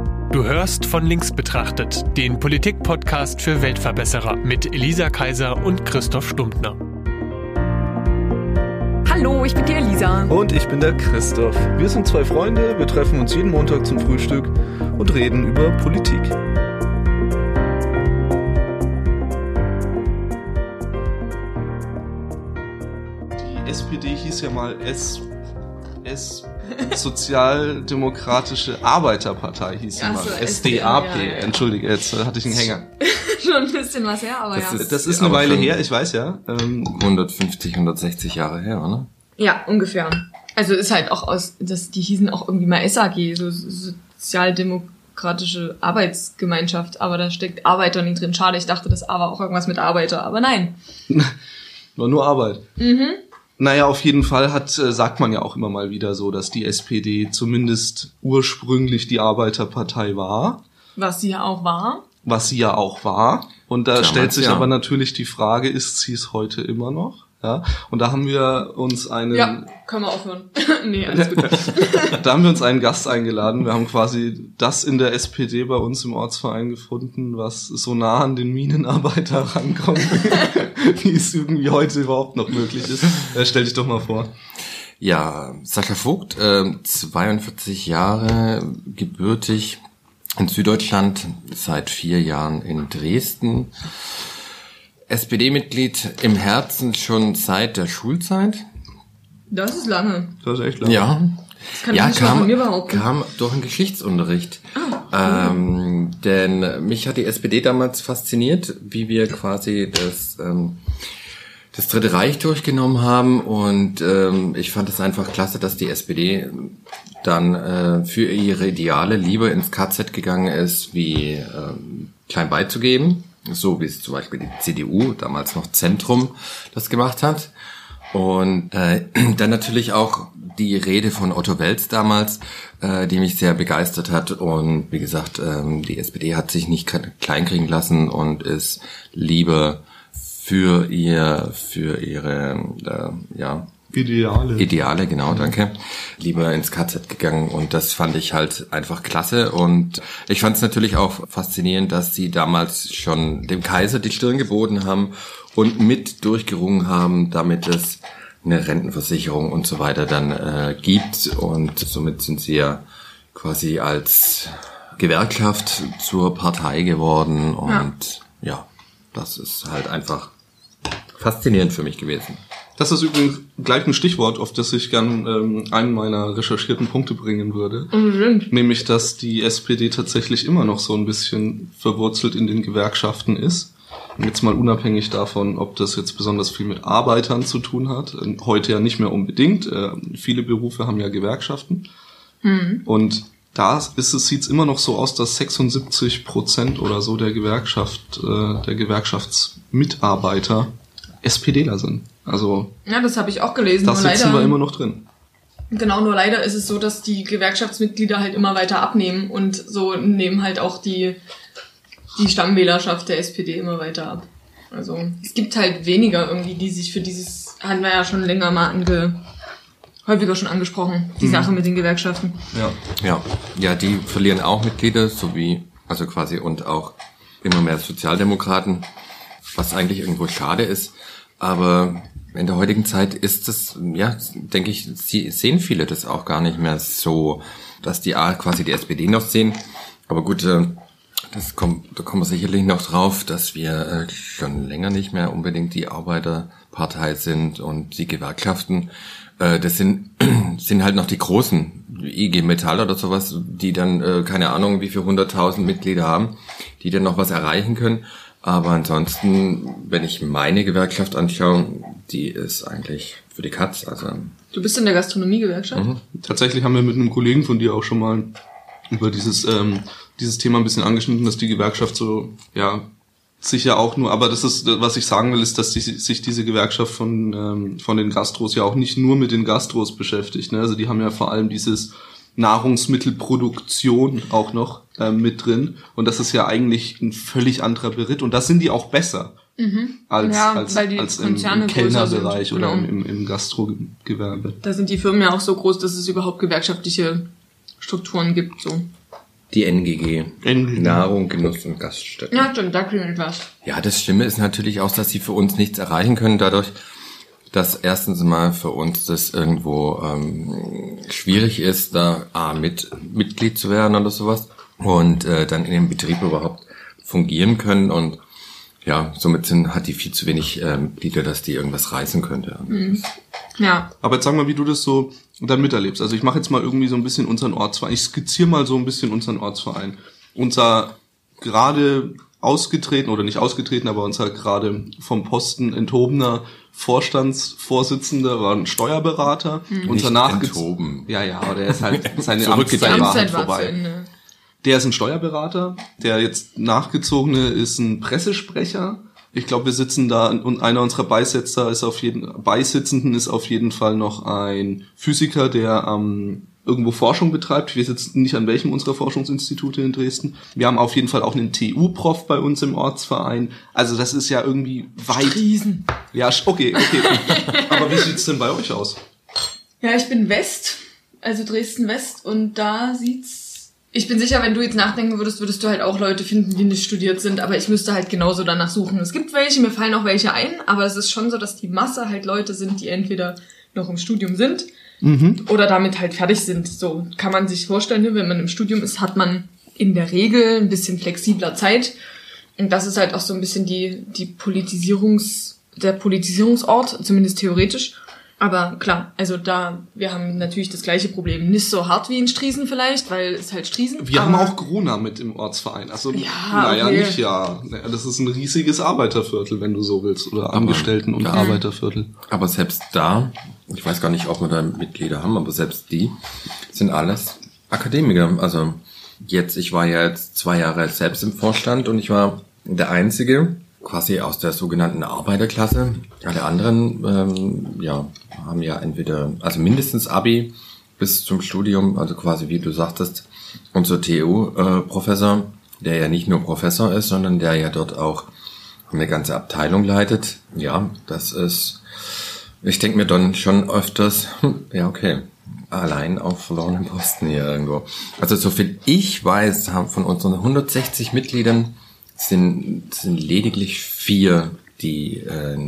Du hörst von links betrachtet, den Politik-Podcast für Weltverbesserer mit Elisa Kaiser und Christoph Stumptner. Hallo, ich bin die Elisa. Und ich bin der Christoph. Wir sind zwei Freunde, wir treffen uns jeden Montag zum Frühstück und reden über Politik. Die SPD hieß ja mal Sozialdemokratische Arbeiterpartei hieß sie mal. SDAP. Ja. Entschuldige, jetzt hatte ich einen Hänger. Schon ein bisschen was her, aber das ist eine Weile her, ich weiß ja. 150, 160 Jahre her, oder? Ja, ungefähr. Also ist halt auch die hießen auch irgendwie mal SAG, so Sozialdemokratische Arbeitsgemeinschaft, aber da steckt Arbeiter nicht drin. Schade, ich dachte, das A war auch irgendwas mit Arbeiter, aber nein. Nur Arbeit. Mhm. Naja, auf jeden Fall sagt man ja auch immer mal wieder so, dass die SPD zumindest ursprünglich die Arbeiterpartei war. Was sie ja auch war. Und da damals, stellt sich aber natürlich die Frage, ist sie es heute immer noch? Ja. Und da haben wir uns Ja, können wir aufhören. Nee, alles gut. Da haben wir uns einen Gast eingeladen. Wir haben quasi das in der SPD bei uns im Ortsverein gefunden, was so nah an den Minenarbeiter rankommt, wie es irgendwie heute überhaupt noch möglich ist. Stell dich doch mal vor. Ja, Sascha Vogt, 42 Jahre, gebürtig in Süddeutschland, seit 4 Jahren in Dresden. SPD-Mitglied im Herzen schon seit der Schulzeit. Das ist lange. Das ist echt lange. Ja. Das kann ich nicht mal von mir behaupten. Kam durch den Geschichtsunterricht. Denn mich hat die SPD damals fasziniert, wie wir quasi das Dritte Reich durchgenommen haben. Und ich fand es einfach klasse, dass die SPD dann für ihre Ideale lieber ins KZ gegangen ist, wie klein beizugeben. So wie es zum Beispiel die CDU, damals noch Zentrum, das gemacht hat. Und dann natürlich auch die Rede von Otto Wels damals, die mich sehr begeistert hat. Und wie gesagt, die SPD hat sich nicht kleinkriegen lassen und ist lieber für ihre Ideale, genau, danke. Lieber ins KZ gegangen und das fand ich halt einfach klasse und ich fand es natürlich auch faszinierend, dass sie damals schon dem Kaiser die Stirn geboten haben und mit durchgerungen haben, damit es eine Rentenversicherung und so weiter dann gibt und somit sind sie ja quasi als Gewerkschaft zur Partei geworden und ja das ist halt einfach faszinierend für mich gewesen. Das ist übrigens gleich ein Stichwort, auf das ich gern einen meiner recherchierten Punkte bringen würde. Nämlich, dass die SPD tatsächlich immer noch so ein bisschen verwurzelt in den Gewerkschaften ist. Jetzt mal unabhängig davon, ob das jetzt besonders viel mit Arbeitern zu tun hat. Heute ja nicht mehr unbedingt. Viele Berufe haben ja Gewerkschaften. Und da sieht's immer noch so aus, dass 76% oder so der Gewerkschaftsmitarbeiter SPDler sind. Also ja, das habe ich auch gelesen. Da sitzen wir immer noch drin. Genau, nur leider ist es so, dass die Gewerkschaftsmitglieder halt immer weiter abnehmen und so nehmen halt auch die Stammwählerschaft der SPD immer weiter ab. Also es gibt halt weniger irgendwie, die sich für dieses, hatten wir ja schon länger mal häufiger schon angesprochen, die Sache mit den Gewerkschaften. Ja, die verlieren auch Mitglieder, also quasi und auch immer mehr Sozialdemokraten, was eigentlich irgendwo schade ist. Aber in der heutigen Zeit ist es, ja, denke ich, sehen viele das auch gar nicht mehr so, dass die quasi die SPD noch sehen. Aber gut, da kommen wir sicherlich noch drauf, dass wir schon länger nicht mehr unbedingt die Arbeiterpartei sind und die Gewerkschaften. Das sind halt noch die großen, IG Metall oder sowas, die dann, keine Ahnung, wie viele 100.000 Mitglieder haben, die dann noch was erreichen können. Aber ansonsten, wenn ich meine Gewerkschaft anschaue, die ist eigentlich für die Katz. Also du bist in der Gastronomiegewerkschaft? Tatsächlich haben wir mit einem Kollegen von dir auch schon mal über dieses Thema ein bisschen angeschnitten, dass die Gewerkschaft so, ja, sicher auch nur, aber das ist, was ich sagen will, ist, dass sich diese Gewerkschaft von den Gastros ja auch nicht nur mit den Gastros beschäftigt, ne? Also die haben ja vor allem dieses Nahrungsmittelproduktion auch noch mit drin. Und das ist ja eigentlich ein völlig anderer Beritt. Und da sind die auch besser als im Kellnerbereich oder im Gastrogewerbe. Da sind die Firmen ja auch so groß, dass es überhaupt gewerkschaftliche Strukturen gibt. So. Die NGG. Nahrung, Genuss und Gaststätten. Ja, stimmt, da klingelt was. Ja, das Schlimme ist natürlich auch, dass sie für uns nichts erreichen können, dadurch, dass erstens mal für uns das irgendwo schwierig ist, da Mitglied zu werden oder sowas und dann in dem Betrieb überhaupt fungieren können und ja, somit hat die viel zu wenig Mitglieder, dass die irgendwas reißen könnte. Mhm. Ja. Aber jetzt sag mal, wie du das so dann miterlebst. Also ich mache jetzt mal irgendwie so ein bisschen unseren Ortsverein. Ich skizziere mal so ein bisschen unseren Ortsverein. Unser gerade ausgetreten, oder nicht ausgetreten, aber unser gerade vom Posten enthobener Vorstandsvorsitzender war ein Steuerberater. Unser enthoben. Ja, aber der ist halt, seine Amtszeit war halt vorbei. Der ist ein Steuerberater, der jetzt nachgezogene ist ein Pressesprecher. Ich glaube, wir sitzen da und einer unserer Beisitzenden ist auf jeden Fall noch ein Physiker, der irgendwo Forschung betreibt. Wir sitzen nicht an welchem unserer Forschungsinstitute in Dresden. Wir haben auf jeden Fall auch einen TU-Prof bei uns im Ortsverein. Also das ist ja irgendwie weit. Riesen. Ja, okay. Aber wie sieht's denn bei euch aus? Ja, ich bin West, also Dresden West, und da ich bin sicher, wenn du jetzt nachdenken würdest du halt auch Leute finden, die nicht studiert sind, aber ich müsste halt genauso danach suchen. Es gibt welche, mir fallen auch welche ein, aber es ist schon so, dass die Masse halt Leute sind, die entweder noch im Studium sind oder damit halt fertig sind. So kann man sich vorstellen, wenn man im Studium ist, hat man in der Regel ein bisschen flexibler Zeit. Und das ist halt auch so ein bisschen der Politisierungsort, zumindest theoretisch. Aber klar, also wir haben natürlich das gleiche Problem. Nicht so hart wie in Striesen vielleicht, weil es halt Striesen. Wir haben auch Corona mit im Ortsverein. Also, nicht. Das ist ein riesiges Arbeiterviertel, wenn du so willst. Oder Angestellten- und Arbeiterviertel. Aber selbst da, ich weiß gar nicht, ob wir da Mitglieder haben, aber selbst die sind alles Akademiker. Also ich war ja jetzt 2 Jahre selbst im Vorstand und ich war der Einzige, quasi aus der sogenannten Arbeiterklasse. Alle anderen haben ja entweder, also mindestens Abi bis zum Studium, also quasi wie du sagtest, unser TU-Professor, der ja nicht nur Professor ist, sondern der ja dort auch eine ganze Abteilung leitet. Ja, das ist, ich denke mir dann schon öfters, ja okay, allein auf verlorenen Posten hier irgendwo. Also so viel ich weiß, haben von unseren 160 Mitgliedern sind lediglich 4, die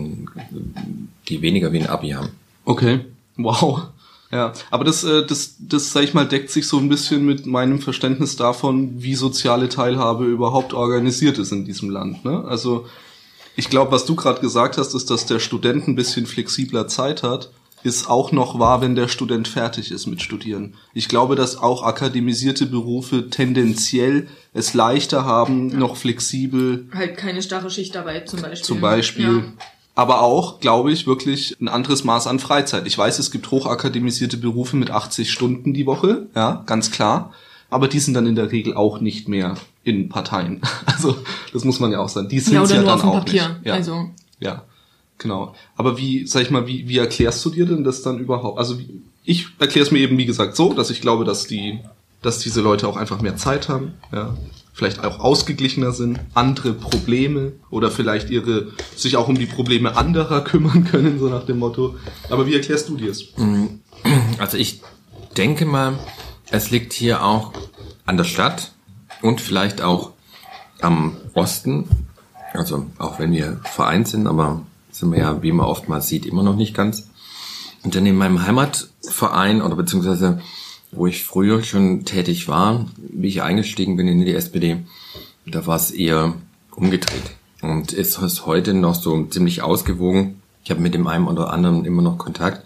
weniger wie ein Abi haben. Okay, wow. Ja, aber das sag ich mal, deckt sich so ein bisschen mit meinem Verständnis davon, wie soziale Teilhabe überhaupt organisiert ist in diesem Land, ne? Also ich glaube, was du gerade gesagt hast, ist, dass der Student ein bisschen flexibler Zeit hat, ist auch noch wahr, wenn der Student fertig ist mit Studieren. Ich glaube, dass auch akademisierte Berufe tendenziell es leichter haben, noch flexibel. Halt keine starre Schichtarbeit zum Beispiel. Ja. Aber auch, glaube ich, wirklich ein anderes Maß an Freizeit. Ich weiß, es gibt hochakademisierte Berufe mit 80 Stunden die Woche, ja, ganz klar. Aber die sind dann in der Regel auch nicht mehr in Parteien. Also, das muss man ja auch sagen. Die sind ja dann auch Papier. Nicht. Ja. Also. Ja. Genau. Aber wie erklärst du dir denn das dann überhaupt? Also ich erkläre es mir eben, wie gesagt, so, dass ich glaube, dass diese Leute auch einfach mehr Zeit haben, ja, vielleicht auch ausgeglichener sind, andere Probleme oder vielleicht sich auch um die Probleme anderer kümmern können, so nach dem Motto. Aber wie erklärst du dir es? Also ich denke mal, es liegt hier auch an der Stadt und vielleicht auch am Osten. Also auch wenn wir vereint sind, aber sind wir ja, wie man oftmals sieht, immer noch nicht ganz. Und dann in meinem Heimatverein oder beziehungsweise wo ich früher schon tätig war, wie ich eingestiegen bin in die SPD, da war es eher umgedreht. Und ist heute noch so ziemlich ausgewogen. Ich habe mit dem einen oder anderen immer noch Kontakt.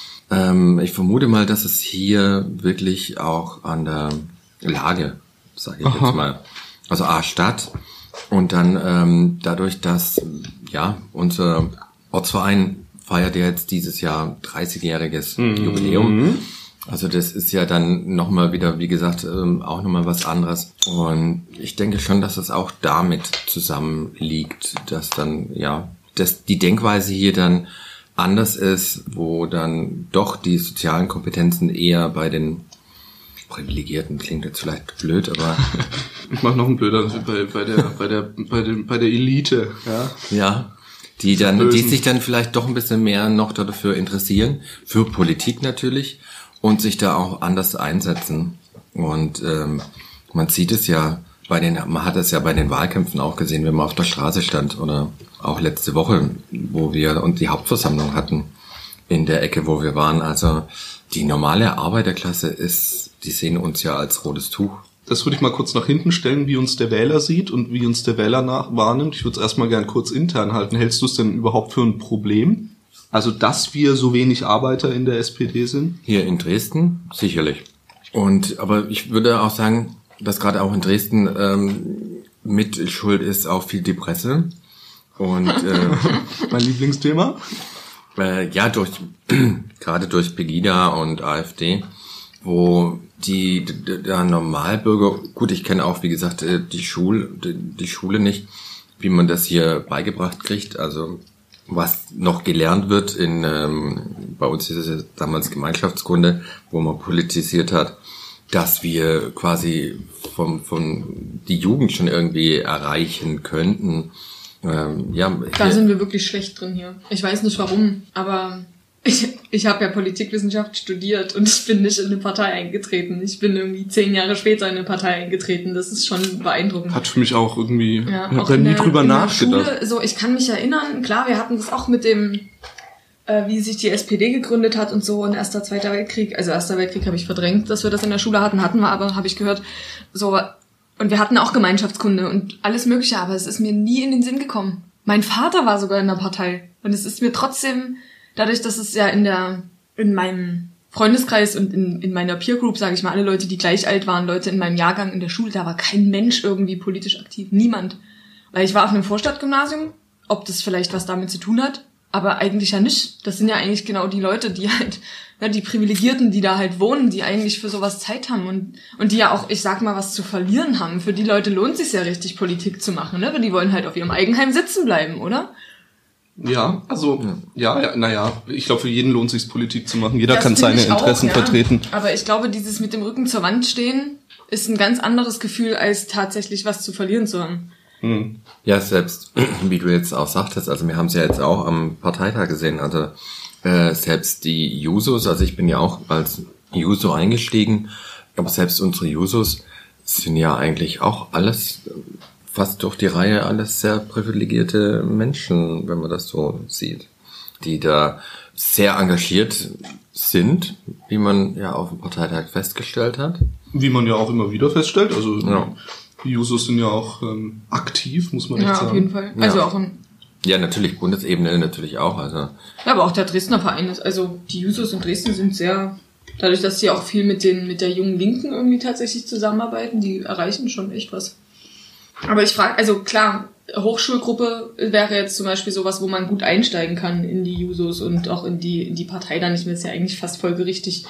Ich vermute mal, dass es hier wirklich auch an der Lage, sage ich jetzt mal, also Stadt. Und dann dadurch, dass unser Ortsverein feiert ja jetzt dieses Jahr 30-jähriges Jubiläum. Also das ist ja dann nochmal wieder, wie gesagt, auch nochmal was anderes. Und ich denke schon, dass es auch damit zusammenliegt, dass dann, dass die Denkweise hier dann anders ist, wo dann doch die sozialen Kompetenzen eher bei den Privilegierten, klingt jetzt vielleicht blöd, aber ich mach noch einen blöder bei der Elite, ja, die sich dann vielleicht doch ein bisschen mehr noch dafür interessieren, für Politik natürlich, und sich da auch anders einsetzen. Und Man sieht es ja man hat es ja bei den Wahlkämpfen auch gesehen, wenn man auf der Straße stand oder auch letzte Woche, wo wir und die Hauptversammlung hatten in der Ecke, wo wir waren. Also die normale Arbeiterklasse die sehen uns ja als rotes Tuch. Das würde ich mal kurz nach hinten stellen, wie uns der Wähler sieht und wie uns der Wähler wahrnimmt. Ich würde es erstmal gern kurz intern halten. Hältst du es denn überhaupt für ein Problem? Also, dass wir so wenig Arbeiter in der SPD sind? Hier in Dresden sicherlich. Aber ich würde auch sagen, dass gerade auch in Dresden mit Schuld ist auch viel die Presse. Und mein Lieblingsthema? Ja, gerade durch Pegida und AfD, wo der Normalbürger, gut, ich kenne auch, wie gesagt, die Schule nicht, wie man das hier beigebracht kriegt, also was noch gelernt wird bei uns ist es ja damals Gemeinschaftskunde, wo man politisiert hat, dass wir quasi von die Jugend schon irgendwie erreichen könnten. Da sind wir wirklich schlecht drin hier. Ich weiß nicht warum, aber ich habe ja Politikwissenschaft studiert und ich bin nicht in eine Partei eingetreten. Ich bin irgendwie 10 Jahre später in eine Partei eingetreten. Das ist schon beeindruckend. Hat für mich auch irgendwie, ich habe da nie drüber nachgedacht. Schule, so, ich kann mich erinnern, klar, wir hatten das auch mit dem, wie sich die SPD gegründet hat und so, und Erster Weltkrieg habe ich verdrängt, dass wir das in der Schule hatten wir aber, habe ich gehört, so. Und wir hatten auch Gemeinschaftskunde und alles Mögliche, aber es ist mir nie in den Sinn gekommen. Mein Vater war sogar in der Partei. Und es ist mir trotzdem, dadurch, dass es ja in meinem Freundeskreis und in meiner Peer Group, sage ich mal, alle Leute, die gleich alt waren, Leute in meinem Jahrgang in der Schule, da war kein Mensch irgendwie politisch aktiv. Niemand. Weil ich war auf einem Vorstadtgymnasium, ob das vielleicht was damit zu tun hat, aber eigentlich ja nicht. Das sind ja eigentlich genau die Leute, die halt, die Privilegierten, die da halt wohnen, die eigentlich für sowas Zeit haben und die ja auch, ich sag mal, was zu verlieren haben. Für die Leute lohnt es sich ja richtig, Politik zu machen, ne? Weil die wollen halt auf ihrem Eigenheim sitzen bleiben, oder? Ja, also, ich glaube, für jeden lohnt es sich, Politik zu machen. Jeder kann seine Interessen vertreten. Aber ich glaube, dieses mit dem Rücken zur Wand stehen ist ein ganz anderes Gefühl, als tatsächlich was zu verlieren zu haben. Ja, selbst, wie du jetzt auch sagtest, also wir haben es ja jetzt auch am Parteitag gesehen, also selbst die Jusos, also ich bin ja auch als Juso eingestiegen, aber selbst unsere Jusos sind ja eigentlich auch alles, fast durch die Reihe, alles sehr privilegierte Menschen, wenn man das so sieht, die da sehr engagiert sind, wie man ja auf dem Parteitag festgestellt hat. Wie man ja auch immer wieder feststellt, also die Jusos sind ja auch aktiv, muss man echt sagen. Ja, auf jeden Fall. Also auch ja, natürlich, Bundesebene natürlich auch. Also. Ja, aber auch der Dresdner Verein ist, also die Jusos in Dresden sind sehr, dadurch, dass sie auch viel mit der jungen Linken irgendwie tatsächlich zusammenarbeiten, die erreichen schon echt was. Aber ich frage, also klar, Hochschulgruppe wäre jetzt zum Beispiel sowas, wo man gut einsteigen kann in die Jusos und auch in die Partei dann. Ich bin jetzt ja eigentlich fast folgerichtig.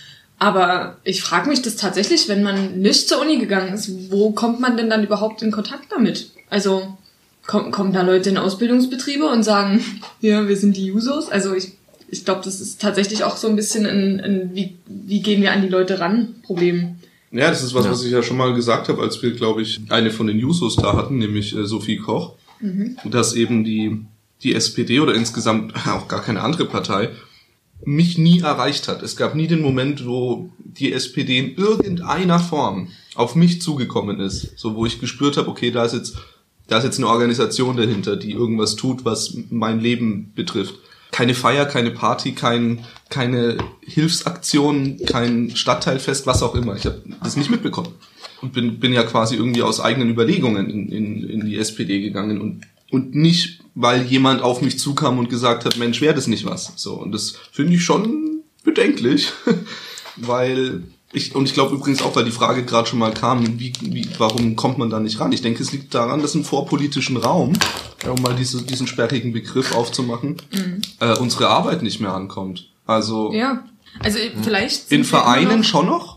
Aber ich frage mich das tatsächlich, wenn man nicht zur Uni gegangen ist, wo kommt man denn dann überhaupt in Kontakt damit? Also kommen da Leute in Ausbildungsbetriebe und sagen, ja, wir sind die Jusos? Also ich glaube, das ist tatsächlich auch so ein bisschen ein wie gehen wir an die Leute ran, Problem. Ja, das ist was ich ja schon mal gesagt habe, als wir, glaube ich, eine von den Jusos da hatten, nämlich Sophie Koch, dass eben die SPD oder insgesamt auch gar keine andere Partei mich nie erreicht hat. Es gab nie den Moment, wo die SPD in irgendeiner Form auf mich zugekommen ist, so wo ich gespürt habe, okay, da ist jetzt eine Organisation dahinter, die irgendwas tut, was mein Leben betrifft. Keine Feier, keine Party, keine Hilfsaktion, kein Stadtteilfest, was auch immer. Ich habe das nicht mitbekommen und bin ja quasi irgendwie aus eigenen Überlegungen in die SPD gegangen und nicht, weil jemand auf mich zukam und gesagt hat, Mensch, wäre das nicht was. So, und das finde ich schon bedenklich, weil ich glaube übrigens auch, weil die Frage gerade schon mal kam, warum kommt man da nicht ran? Ich denke, es liegt daran, dass im vorpolitischen Raum, um mal diesen sperrigen Begriff aufzumachen, unsere Arbeit nicht mehr ankommt. Also ja, also vielleicht in Vereinen schon noch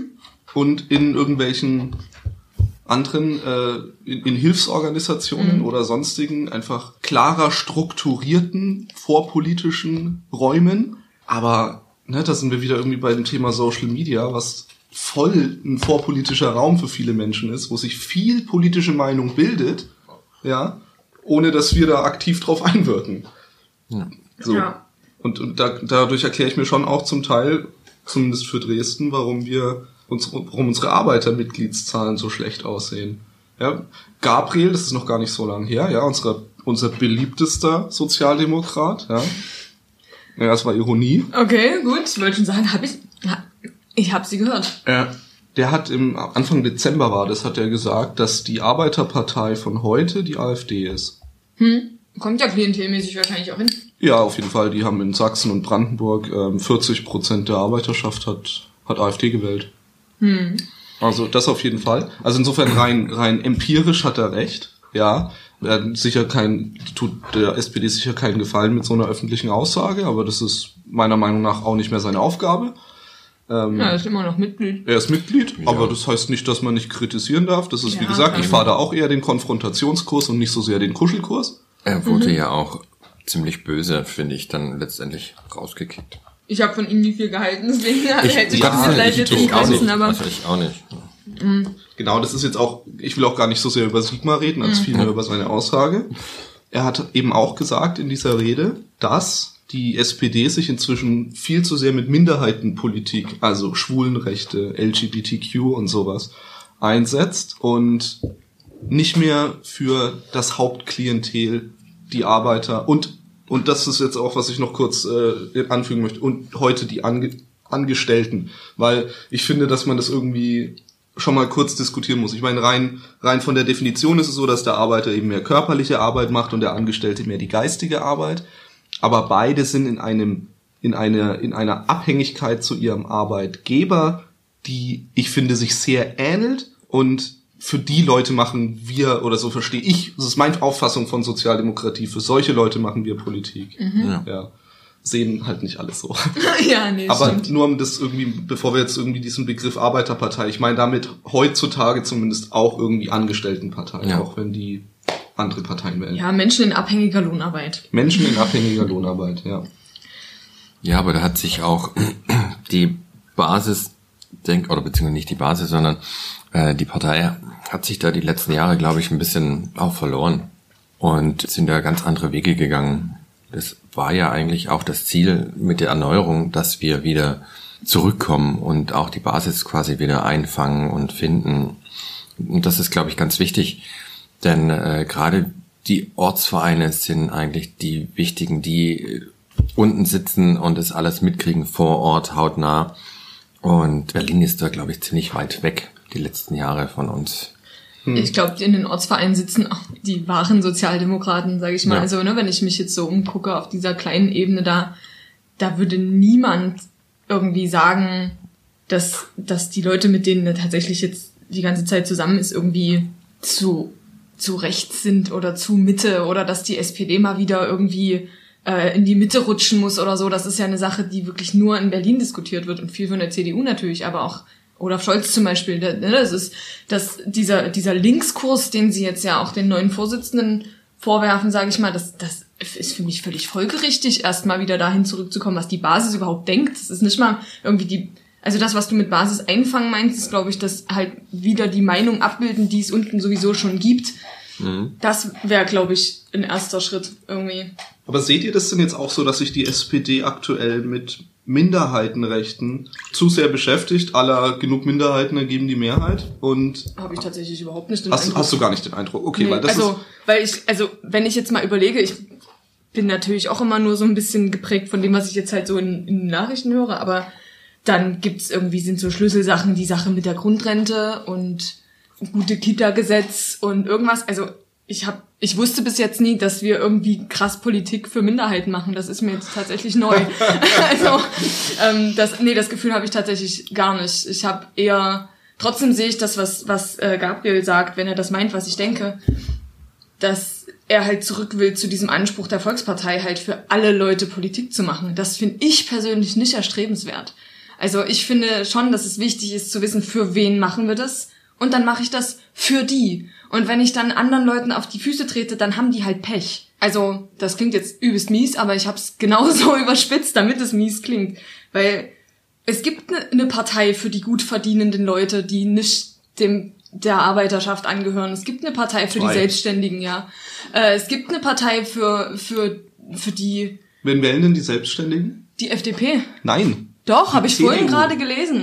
und in irgendwelchen anderen in Hilfsorganisationen oder sonstigen einfach klarer strukturierten vorpolitischen Räumen, aber da sind wir wieder irgendwie bei dem Thema Social Media, was voll ein vorpolitischer Raum für viele Menschen ist, wo sich viel politische Meinung bildet, ja, ohne dass wir da aktiv drauf einwirken. Ja. So. Und dadurch erkläre ich mir schon auch zum Teil, zumindest für Dresden, warum wir unsere Arbeitermitgliedszahlen so schlecht aussehen. Ja, Gabriel, das ist noch gar nicht so lange her, ja, unser beliebtester Sozialdemokrat, ja. Ja, das war Ironie. Okay, gut. Ich wollte schon sagen, ich habe sie gehört. Ja. Der hat Anfang Dezember hat er gesagt, dass die Arbeiterpartei von heute die AfD ist. Kommt ja klientelmäßig wahrscheinlich auch hin. Ja, auf jeden Fall. Die haben in Sachsen und Brandenburg 40% der Arbeiterschaft hat AfD gewählt. Also das auf jeden Fall. Also insofern rein empirisch hat er recht. Ja, tut der SPD sicher keinen Gefallen mit so einer öffentlichen Aussage, aber das ist meiner Meinung nach auch nicht mehr seine Aufgabe. Er ist immer noch Mitglied. Er ist Mitglied, ja. Aber das heißt nicht, dass man nicht kritisieren darf. Das ist, wie gesagt, ich fahre da auch eher den Konfrontationskurs und nicht so sehr den Kuschelkurs. Er wurde ja auch ziemlich böse, finde ich, dann letztendlich rausgekickt. Ich habe von ihm nie viel gehalten, deswegen hätte ich das vielleicht jetzt nicht wissen, aber... Also ich auch nicht. Genau, das ist jetzt auch, ich will auch gar nicht so sehr über Sigmar reden, als vielmehr über seine Aussage. Er hat eben auch gesagt in dieser Rede, dass die SPD sich inzwischen viel zu sehr mit Minderheitenpolitik, also Schwulenrechte, LGBTQ und sowas, einsetzt und nicht mehr für das Hauptklientel, die Arbeiter und das ist jetzt auch, was ich noch kurz anfügen möchte, und heute die Angestellten, weil ich finde, dass man das irgendwie schon mal kurz diskutieren muss. Ich meine, rein von der Definition ist es so, dass der Arbeiter eben mehr körperliche Arbeit macht und der Angestellte mehr die geistige Arbeit. Aber beide sind in einer Abhängigkeit zu ihrem Arbeitgeber, die, ich finde, sich sehr ähnelt. Und für die Leute machen wir, oder so verstehe ich, das ist meine Auffassung von Sozialdemokratie, für solche Leute machen wir Politik. Ja. Sehen halt nicht alles so. Ja, nee, aber stimmt. Nur um das irgendwie, bevor wir jetzt irgendwie diesen Begriff Arbeiterpartei, ich meine damit heutzutage zumindest auch irgendwie Angestelltenpartei, auch wenn die andere Parteien wählen. Ja, Menschen in abhängiger Lohnarbeit. Menschen in abhängiger Lohnarbeit, ja. Ja, aber da hat sich auch die Basis, oder beziehungsweise nicht die Basis, sondern die Partei hat sich da die letzten Jahre, glaube ich, ein bisschen auch verloren und sind da ganz andere Wege gegangen. Das war ja eigentlich auch das Ziel mit der Erneuerung, dass wir wieder zurückkommen und auch die Basis quasi wieder einfangen und finden. Und das ist, glaube ich, ganz wichtig. Denn gerade die Ortsvereine sind eigentlich die wichtigen, die unten sitzen und das alles mitkriegen vor Ort, hautnah. Und Berlin ist da, glaube ich, ziemlich weit weg, die letzten Jahre von uns. Ich glaube, in den Ortsvereinen sitzen auch die wahren Sozialdemokraten, sage ich mal. Ja. Also, wenn ich mich jetzt so umgucke auf dieser kleinen Ebene, da würde niemand irgendwie sagen, dass die Leute, mit denen er tatsächlich jetzt die ganze Zeit zusammen ist, irgendwie zu rechts sind oder zu Mitte oder dass die SPD mal wieder irgendwie in die Mitte rutschen muss oder so. Das ist ja eine Sache, die wirklich nur in Berlin diskutiert wird und viel von der CDU natürlich, aber auch Olaf Scholz zum Beispiel. Das ist dieser Linkskurs, den sie jetzt ja auch den neuen Vorsitzenden vorwerfen, sage ich mal, das ist für mich völlig folgerichtig, erst mal wieder dahin zurückzukommen, was die Basis überhaupt denkt. Das ist nicht mal irgendwie also das, was du mit Basis einfangen meinst, ist, glaube ich, das halt wieder die Meinung abbilden, die es unten sowieso schon gibt. Das wäre, glaube ich, ein erster Schritt irgendwie. Aber seht ihr das denn jetzt auch so, dass sich die SPD aktuell mit Minderheitenrechten zu sehr beschäftigt? Genug Minderheiten ergeben die Mehrheit? Und habe ich tatsächlich überhaupt nicht den Eindruck. Hast du gar nicht den Eindruck? Okay, nee, weil das wenn ich jetzt mal überlege, ich bin natürlich auch immer nur so ein bisschen geprägt von dem, was ich jetzt halt so in Nachrichten höre, aber dann gibt's irgendwie, sind so Schlüsselsachen, die Sache mit der Grundrente und gute Kita-Gesetz und irgendwas. Also ich wusste bis jetzt nie, dass wir irgendwie krass Politik für Minderheiten machen. Das ist mir jetzt tatsächlich neu. Also das Gefühl habe ich tatsächlich gar nicht. Ich habe eher, trotzdem sehe ich das, was Gabriel sagt, wenn er das meint, was ich denke, dass er halt zurück will zu diesem Anspruch der Volkspartei, halt für alle Leute Politik zu machen. Das finde ich persönlich nicht erstrebenswert. Also ich finde schon, dass es wichtig ist zu wissen, für wen machen wir das, und dann mache ich das für die. Und wenn ich dann anderen Leuten auf die Füße trete, dann haben die halt Pech. Also das klingt jetzt übelst mies, aber ich habe es genauso überspitzt, damit es mies klingt. Weil es gibt eine Partei für die gut verdienenden Leute, die nicht der Arbeiterschaft angehören. Es gibt eine Partei für die Selbstständigen, ja. Es gibt eine Partei für die... Wen wählen denn die Selbstständigen? Die FDP. Nein. Doch, habe ich vorhin gerade gelesen.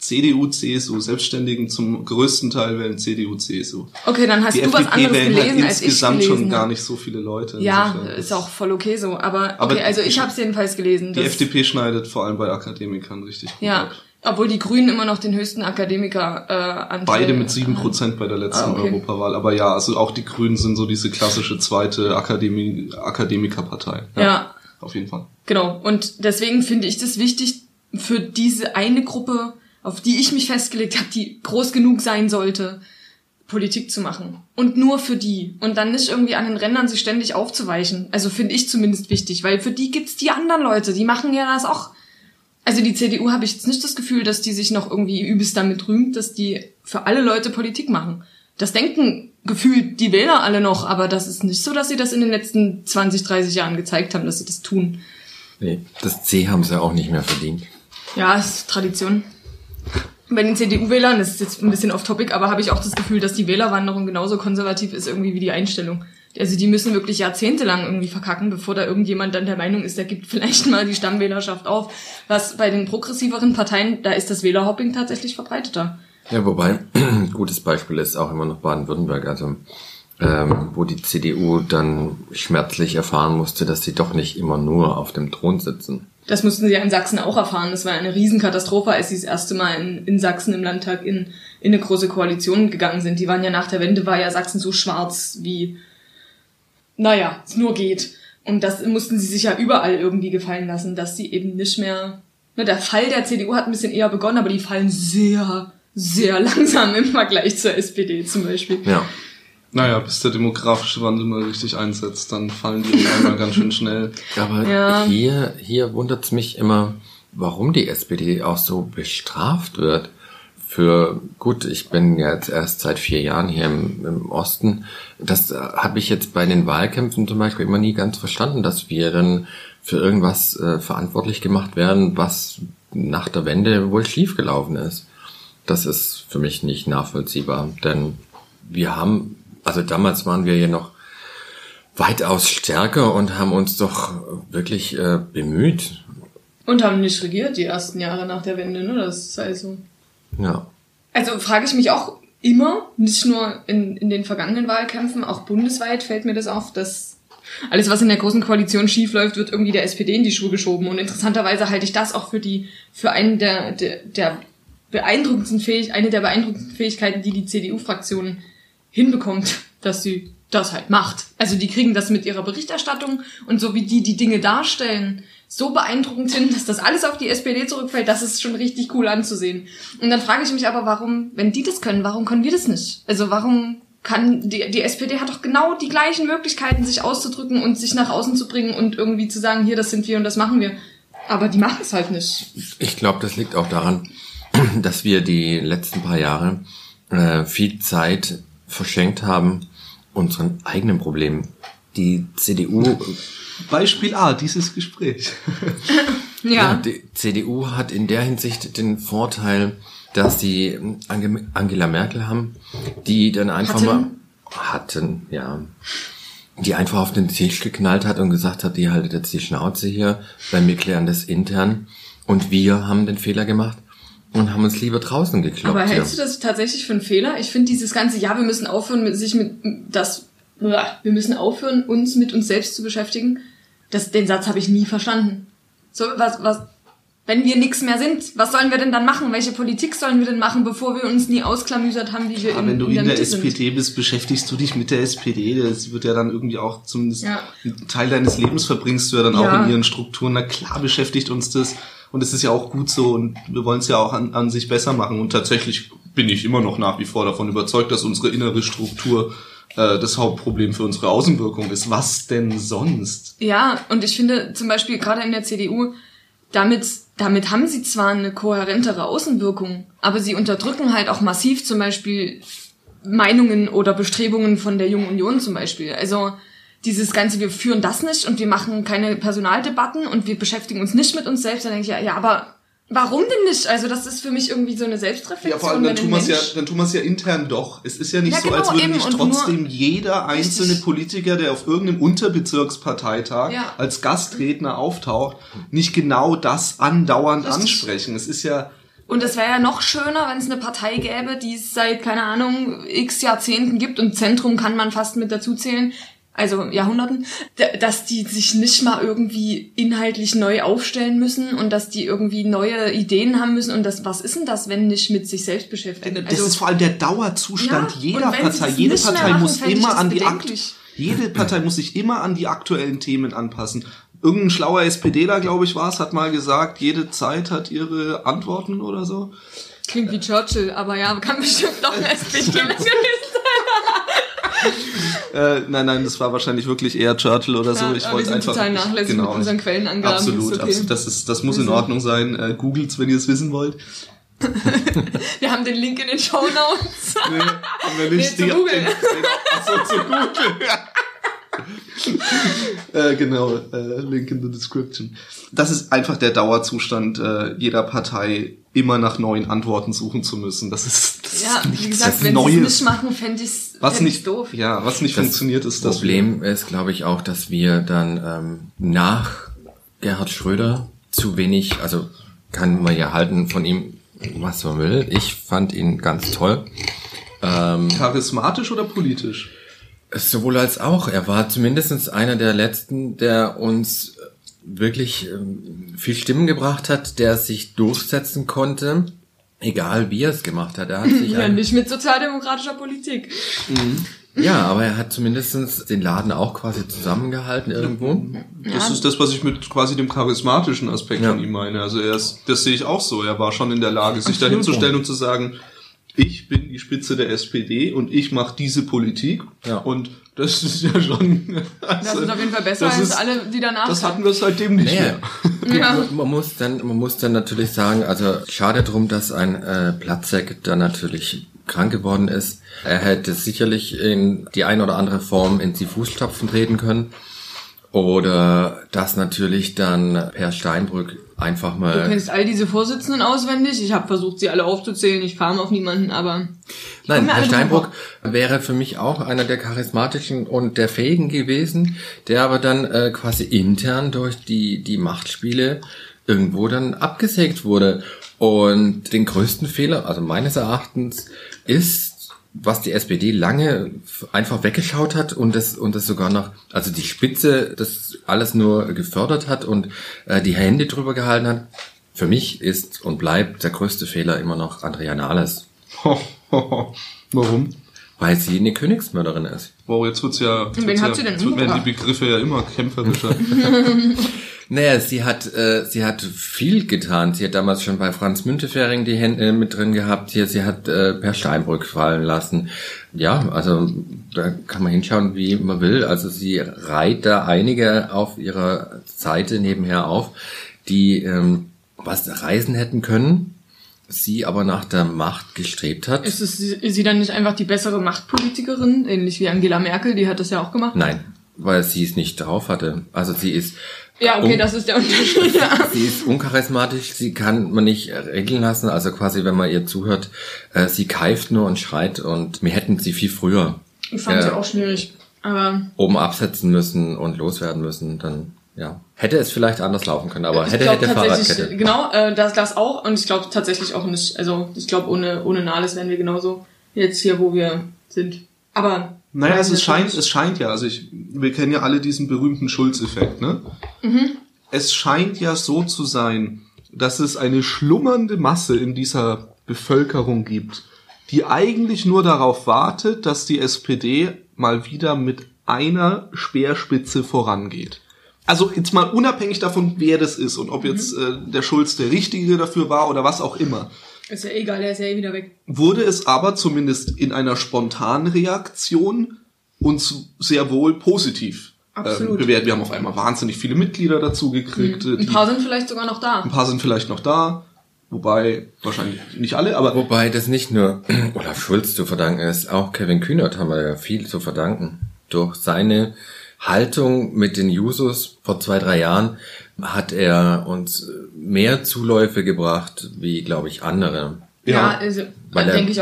CDU, CSU, Selbstständigen zum größten Teil wählen CDU, CSU. Okay, dann hast du was anderes gelesen, halt als ich gelesen insgesamt schon gar nicht so viele Leute. Ja, ist auch voll okay so. Aber okay, also ich habe es jedenfalls gelesen. Die FDP schneidet vor allem bei Akademikern richtig gut ab. Obwohl die Grünen immer noch den höchsten Akademiker-Anteil... Beide mit 7% bei der letzten Europawahl. Aber ja, also auch die Grünen sind so diese klassische zweite Akademikerpartei. Ja, auf jeden Fall. Genau. Und deswegen finde ich das wichtig, für diese eine Gruppe, auf die ich mich festgelegt habe, die groß genug sein sollte, Politik zu machen. Und nur für die. Und dann nicht irgendwie an den Rändern sich ständig aufzuweichen. Also finde ich zumindest wichtig, weil für die gibt's die anderen Leute, die machen ja das auch. Also die CDU habe ich jetzt nicht das Gefühl, dass die sich noch irgendwie übelst damit rühmt, dass die für alle Leute Politik machen. Das denken gefühlt die Wähler alle noch, aber das ist nicht so, dass sie das in den letzten 20, 30 Jahren gezeigt haben, dass sie das tun. Nee, das C haben sie auch nicht mehr verdient. Ja, das ist Tradition. Bei den CDU-Wählern, das ist jetzt ein bisschen off-topic, aber habe ich auch das Gefühl, dass die Wählerwanderung genauso konservativ ist irgendwie wie die Einstellung. Also die müssen wirklich jahrzehntelang irgendwie verkacken, bevor da irgendjemand dann der Meinung ist, der gibt vielleicht mal die Stammwählerschaft auf. Was bei den progressiveren Parteien, da ist das Wählerhopping tatsächlich verbreiteter. Ja, wobei, ein gutes Beispiel ist auch immer noch Baden-Württemberg, also wo die CDU dann schmerzlich erfahren musste, dass sie doch nicht immer nur auf dem Thron sitzen. Das mussten sie ja in Sachsen auch erfahren. Das war eine Riesenkatastrophe, als sie das erste Mal in Sachsen im Landtag in eine große Koalition gegangen sind. Die waren ja nach der Wende, war ja Sachsen so schwarz wie, naja, es nur geht. Und das mussten sie sich ja überall irgendwie gefallen lassen, dass sie eben nicht mehr, der Fall der CDU hat ein bisschen eher begonnen, aber die fallen sehr, sehr langsam im Vergleich zur SPD zum Beispiel. Ja. Naja, bis der demografische Wandel mal richtig einsetzt, dann fallen die einmal ganz schön schnell. Aber ja. Hier wundert's mich immer, warum die SPD auch so bestraft wird. Gut, ich bin jetzt erst seit 4 Jahren hier im Osten. Das habe ich jetzt bei den Wahlkämpfen zum Beispiel immer nie ganz verstanden, dass wir dann für irgendwas verantwortlich gemacht werden, was nach der Wende wohl schiefgelaufen ist. Das ist für mich nicht nachvollziehbar, denn damals waren wir ja noch weitaus stärker und haben uns doch wirklich bemüht. Und haben nicht regiert die ersten Jahre nach der Wende, ne? Das ist also... Ja. Also frage ich mich auch immer, nicht nur in den vergangenen Wahlkämpfen, auch bundesweit fällt mir das auf, dass alles, was in der Großen Koalition schief läuft, wird irgendwie der SPD in die Schuhe geschoben. Und interessanterweise halte ich das auch für einen der beeindruckendsten Fähigkeiten, die die CDU-Fraktion hinbekommt, dass sie das halt macht. Also die kriegen das mit ihrer Berichterstattung und so wie die Dinge darstellen, so beeindruckend hin, dass das alles auf die SPD zurückfällt, das ist schon richtig cool anzusehen. Und dann frage ich mich aber, warum, wenn die das können, warum können wir das nicht? Also warum kann die SPD hat doch genau die gleichen Möglichkeiten, sich auszudrücken und sich nach außen zu bringen und irgendwie zu sagen, hier, das sind wir und das machen wir. Aber die machen es halt nicht. Ich glaube, das liegt auch daran, dass wir die letzten paar Jahre viel Zeit verschenkt haben, unseren eigenen Problemen. Die CDU... Beispiel A, dieses Gespräch. Ja. Die CDU hat in der Hinsicht den Vorteil, dass sie Angela Merkel haben, die dann einfach die einfach auf den Tisch geknallt hat und gesagt hat, die haltet jetzt die Schnauze hier, weil wir klären das intern und wir haben den Fehler gemacht und haben uns lieber draußen gekloppt. Aber hältst du das tatsächlich für einen Fehler? Ich finde dieses ganze, wir müssen aufhören, wir müssen aufhören, uns mit uns selbst zu beschäftigen. Den Satz habe ich nie verstanden. So, wenn wir nichts mehr sind, was sollen wir denn dann machen? Welche Politik sollen wir denn machen, bevor wir uns nie ausklamüsert haben, wie wir wenn du in der SPD bist, beschäftigst du dich mit der SPD. Das wird ja dann irgendwie auch zumindest einen Teil deines Lebens verbringst du ja dann auch in ihren Strukturen. Na klar beschäftigt uns das. Und es ist ja auch gut so und wir wollen es ja auch an sich besser machen. Und tatsächlich bin ich immer noch nach wie vor davon überzeugt, dass unsere innere Struktur das Hauptproblem für unsere Außenwirkung ist. Was denn sonst? Ja, und ich finde zum Beispiel gerade in der CDU, damit haben sie zwar eine kohärentere Außenwirkung, aber sie unterdrücken halt auch massiv zum Beispiel Meinungen oder Bestrebungen von der Jungen Union zum Beispiel. Also dieses Ganze, wir führen das nicht und wir machen keine Personaldebatten und wir beschäftigen uns nicht mit uns selbst. Dann denke ich, ja, aber warum denn nicht? Also das ist für mich irgendwie so eine Selbstreflexion. Ja, vor allem dann tun wir es ja intern doch. Es ist ja nicht so, als würde nicht trotzdem jeder einzelne Politiker, der auf irgendeinem Unterbezirksparteitag als Gastredner auftaucht, nicht genau das andauernd ansprechen. Es ist ja... Und es wäre ja noch schöner, wenn es eine Partei gäbe, die es seit, keine Ahnung, x Jahrzehnten gibt, und Zentrum kann man fast mit dazu zählen, also Jahrhunderten, dass die sich nicht mal irgendwie inhaltlich neu aufstellen müssen und dass die irgendwie neue Ideen haben müssen. Und was ist denn das, wenn nicht mit sich selbst beschäftigen? Das ist vor allem der Dauerzustand jeder Partei. Jede Partei muss immer an jede Partei muss sich immer an die aktuellen Themen anpassen. Irgendein schlauer SPDler, glaube ich, hat mal gesagt, jede Zeit hat ihre Antworten oder so. Klingt wie Churchill, aber ja, kann bestimmt doch ein SPDler gewesen sein. Nein, das war wahrscheinlich wirklich eher Churchill oder so. Ja, ich wollte einfach total nachlässig mit unseren Quellenangaben. Absolut, okay. das muss in Ordnung sein. Googelt's, wenn ihr es wissen wollt. Wir haben den Link in den Shownotes. Nee, haben wir nicht. Zu Google. Zu Google. Genau, Link in the description. Das ist einfach der Dauerzustand jeder Partei, immer nach neuen Antworten suchen zu müssen. Das ist wie gesagt, wenn sie es nicht machen, fände ich es doof. Ja, was nicht funktioniert, ist das Problem ist, glaube ich, auch, dass wir dann nach Gerhard Schröder zu wenig, also kann man ja halten von ihm, was man will. Ich fand ihn ganz toll. Charismatisch oder politisch? Sowohl als auch. Er war zumindest einer der Letzten, der uns wirklich viel Stimmen gebracht hat, der sich durchsetzen konnte, egal wie er es gemacht hat. Er hat sich nicht mit sozialdemokratischer Politik. Ja, aber er hat zumindest den Laden auch quasi zusammengehalten irgendwo. Das ist das, was ich mit quasi dem charismatischen Aspekt von ihm meine. Also das sehe ich auch so. Er war schon in der Lage, sich dahin zu stellen und zu sagen, ich bin die Spitze der SPD und ich mache diese Politik. Ja. Und das ist ja schon... Das ist auf jeden Fall besser als alle, die danach... Das hatten wir seitdem nicht mehr. Ja. Man muss dann natürlich sagen, also schade drum, dass ein Platzek da natürlich krank geworden ist. Er hätte sicherlich in die eine oder andere Form in die Fußstapfen treten können. Oder dass natürlich dann Per Steinbrück einfach mal... Du kennst all diese Vorsitzenden auswendig. Ich habe versucht, sie alle aufzuzählen. Ich fahre auf niemanden, aber... Nein, Per Steinbrück wäre für mich auch einer der charismatischen und der Fähigen gewesen, der aber dann quasi intern durch die Machtspiele irgendwo dann abgesägt wurde. Und den größten Fehler, also meines Erachtens, ist, was die SPD lange einfach weggeschaut hat und das sogar noch, also die Spitze das alles nur gefördert hat und die Hände drüber gehalten hat. Für mich ist und bleibt der größte Fehler immer noch Andrea Nahles. Warum? Weil sie eine Königsmörderin ist. Wow, jetzt werden die Begriffe ja immer kämpferischer. Naja, sie hat viel getan. Sie hat damals schon bei Franz Müntefering die Hände mit drin gehabt. Sie hat Per Steinbrück fallen lassen. Ja, also da kann man hinschauen, wie man will. Also sie reiht da einige auf ihrer Seite nebenher auf, die was reisen hätten können, sie aber nach der Macht gestrebt hat. Ist sie dann nicht einfach die bessere Machtpolitikerin, ähnlich wie Angela Merkel, die hat das ja auch gemacht? Nein, weil sie es nicht drauf hatte. Also sie ist... Ja, okay, das ist der Unterschied. Ja. Sie ist uncharismatisch, sie kann man nicht regeln lassen, also quasi, wenn man ihr zuhört, sie keift nur und schreit und wir hätten sie viel früher. Ich fand sie auch schwierig, aber... Oben absetzen müssen und loswerden müssen, dann... Ja, hätte es vielleicht anders laufen können, aber hätte Fahrradkette. Genau, das auch, und ich glaube tatsächlich auch nicht, also ich glaube ohne Nahles wären wir genauso jetzt hier, wo wir sind. Aber... Naja, es scheint ja, also wir kennen ja alle diesen berühmten Schulz-Effekt, ne? Mhm. Es scheint ja so zu sein, dass es eine schlummernde Masse in dieser Bevölkerung gibt, die eigentlich nur darauf wartet, dass die SPD mal wieder mit einer Speerspitze vorangeht. Also jetzt mal unabhängig davon, wer das ist und ob jetzt der Schulz der Richtige dafür war oder was auch immer. Ist ja egal, der ist ja eh wieder weg. Wurde es aber zumindest in einer spontanen Reaktion uns sehr wohl positiv bewertet. Wir haben auf einmal wahnsinnig viele Mitglieder dazu gekriegt. Ein paar sind vielleicht sogar noch da. Ein paar sind vielleicht noch da, wobei wahrscheinlich nicht alle, aber... Wobei das nicht nur Olaf Schulz zu verdanken ist, auch Kevin Kühnert haben wir ja viel zu verdanken. Durch seine Haltung mit den Jusos vor 2-3 Jahren hat er uns mehr Zuläufe gebracht, wie, glaube ich, andere. Ja, also, denke ich auch.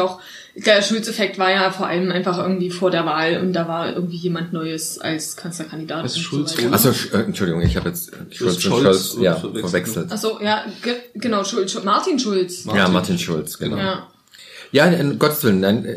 Der Schulz-Effekt war ja vor allem einfach irgendwie vor der Wahl und da war irgendwie jemand Neues als Kanzlerkandidat. Das ist Schulz. So Achso, Entschuldigung, ich habe jetzt Scholz verwechselt. Achso, ja, genau, Martin Schulz. Ja, Martin Schulz, genau. Ja, in Gottes Willen, nein,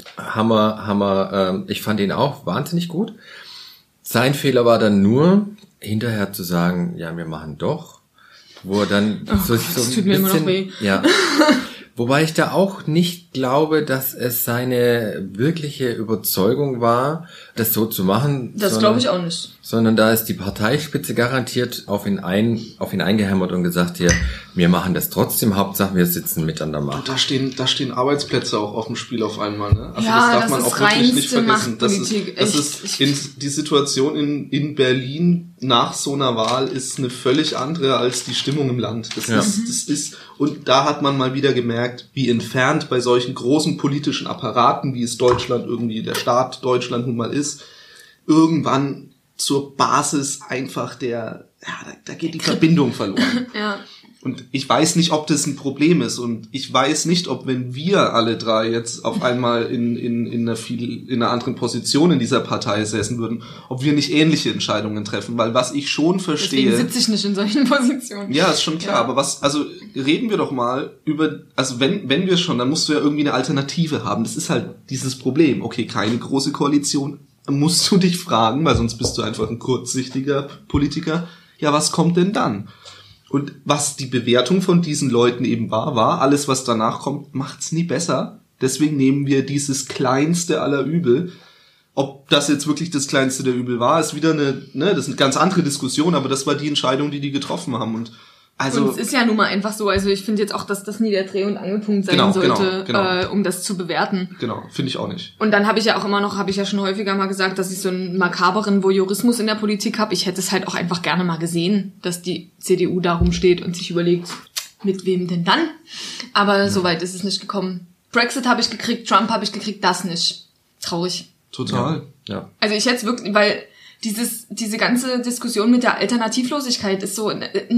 Hammer, ich fand ihn auch wahnsinnig gut. Sein Fehler war dann nur, hinterher zu sagen, ja, wir machen doch, wo er dann so das tut mir immer noch weh. Ja. Wobei ich da auch nicht glaube, dass es seine wirkliche Überzeugung war, das so zu machen. Das glaube ich auch nicht. Sondern da ist die Parteispitze garantiert auf ihn eingehämmert und gesagt, hier, wir machen das trotzdem, Hauptsache wir sitzen mit an der Macht. Da stehen Arbeitsplätze auch auf dem Spiel auf einmal, ne? Also ja, das darf man auch wirklich nicht vergessen. Das ist die Situation in Berlin nach so einer Wahl ist eine völlig andere als die Stimmung im Land. Das ist, und da hat man mal wieder gemerkt, wie entfernt bei solchen großen politischen Apparaten, wie es Deutschland irgendwie, der Staat Deutschland nun mal ist, irgendwann zur Basis einfach da geht die Verbindung verloren. Ja. Und ich weiß nicht, ob das ein Problem ist. Und ich weiß nicht, ob wenn wir alle drei jetzt auf einmal in einer anderen Position in dieser Partei säßen würden, ob wir nicht ähnliche Entscheidungen treffen. Weil was ich schon verstehe... Deswegen sitze ich nicht in solchen Positionen. Ja, ist schon klar. Ja. Aber reden wir doch mal über... Also wenn wir schon, dann musst du ja irgendwie eine Alternative haben. Das ist halt dieses Problem. Okay, keine große Koalition. Musst du dich fragen, weil sonst bist du einfach ein kurzsichtiger Politiker. Ja, was kommt denn dann? Und was die Bewertung von diesen Leuten eben war, alles, was danach kommt, macht's nie besser. Deswegen nehmen wir dieses kleinste aller Übel. Ob das jetzt wirklich das kleinste der Übel war, ist wieder das ist eine ganz andere Diskussion, aber das war die Entscheidung, die getroffen haben. Und es ist ja nun mal einfach so, also ich finde jetzt auch, dass das nie der Dreh- und Angelpunkt sein sollte, genau. Um das zu bewerten. Genau, finde ich auch nicht. Und dann habe ich ja schon häufiger mal gesagt, dass ich so einen makaberen Voyeurismus in der Politik habe. Ich hätte es halt auch einfach gerne mal gesehen, dass die CDU da rumsteht und sich überlegt, mit wem denn dann? Aber soweit ist es nicht gekommen. Brexit habe ich gekriegt, Trump habe ich gekriegt, das nicht. Traurig. Total. Ja. Also ich hätte es wirklich, weil diese ganze Diskussion mit der Alternativlosigkeit ist so...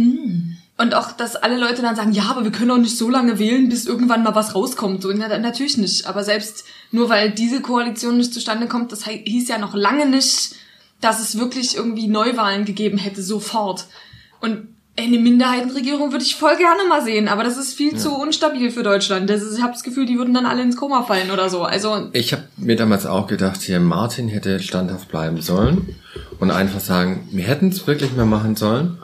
Und auch, dass alle Leute dann sagen, ja, aber wir können auch nicht so lange wählen, bis irgendwann mal was rauskommt. So, natürlich nicht. Aber selbst nur weil diese Koalition nicht zustande kommt, das hieß ja noch lange nicht, dass es wirklich irgendwie Neuwahlen gegeben hätte, sofort. Und eine Minderheitenregierung würde ich voll gerne mal sehen, aber das ist viel zu unstabil für Deutschland. Ich habe das Gefühl, die würden dann alle ins Koma fallen oder so. Also ich habe mir damals auch gedacht, hier Martin hätte standhaft bleiben sollen und einfach sagen, wir hätten es wirklich mal machen sollen.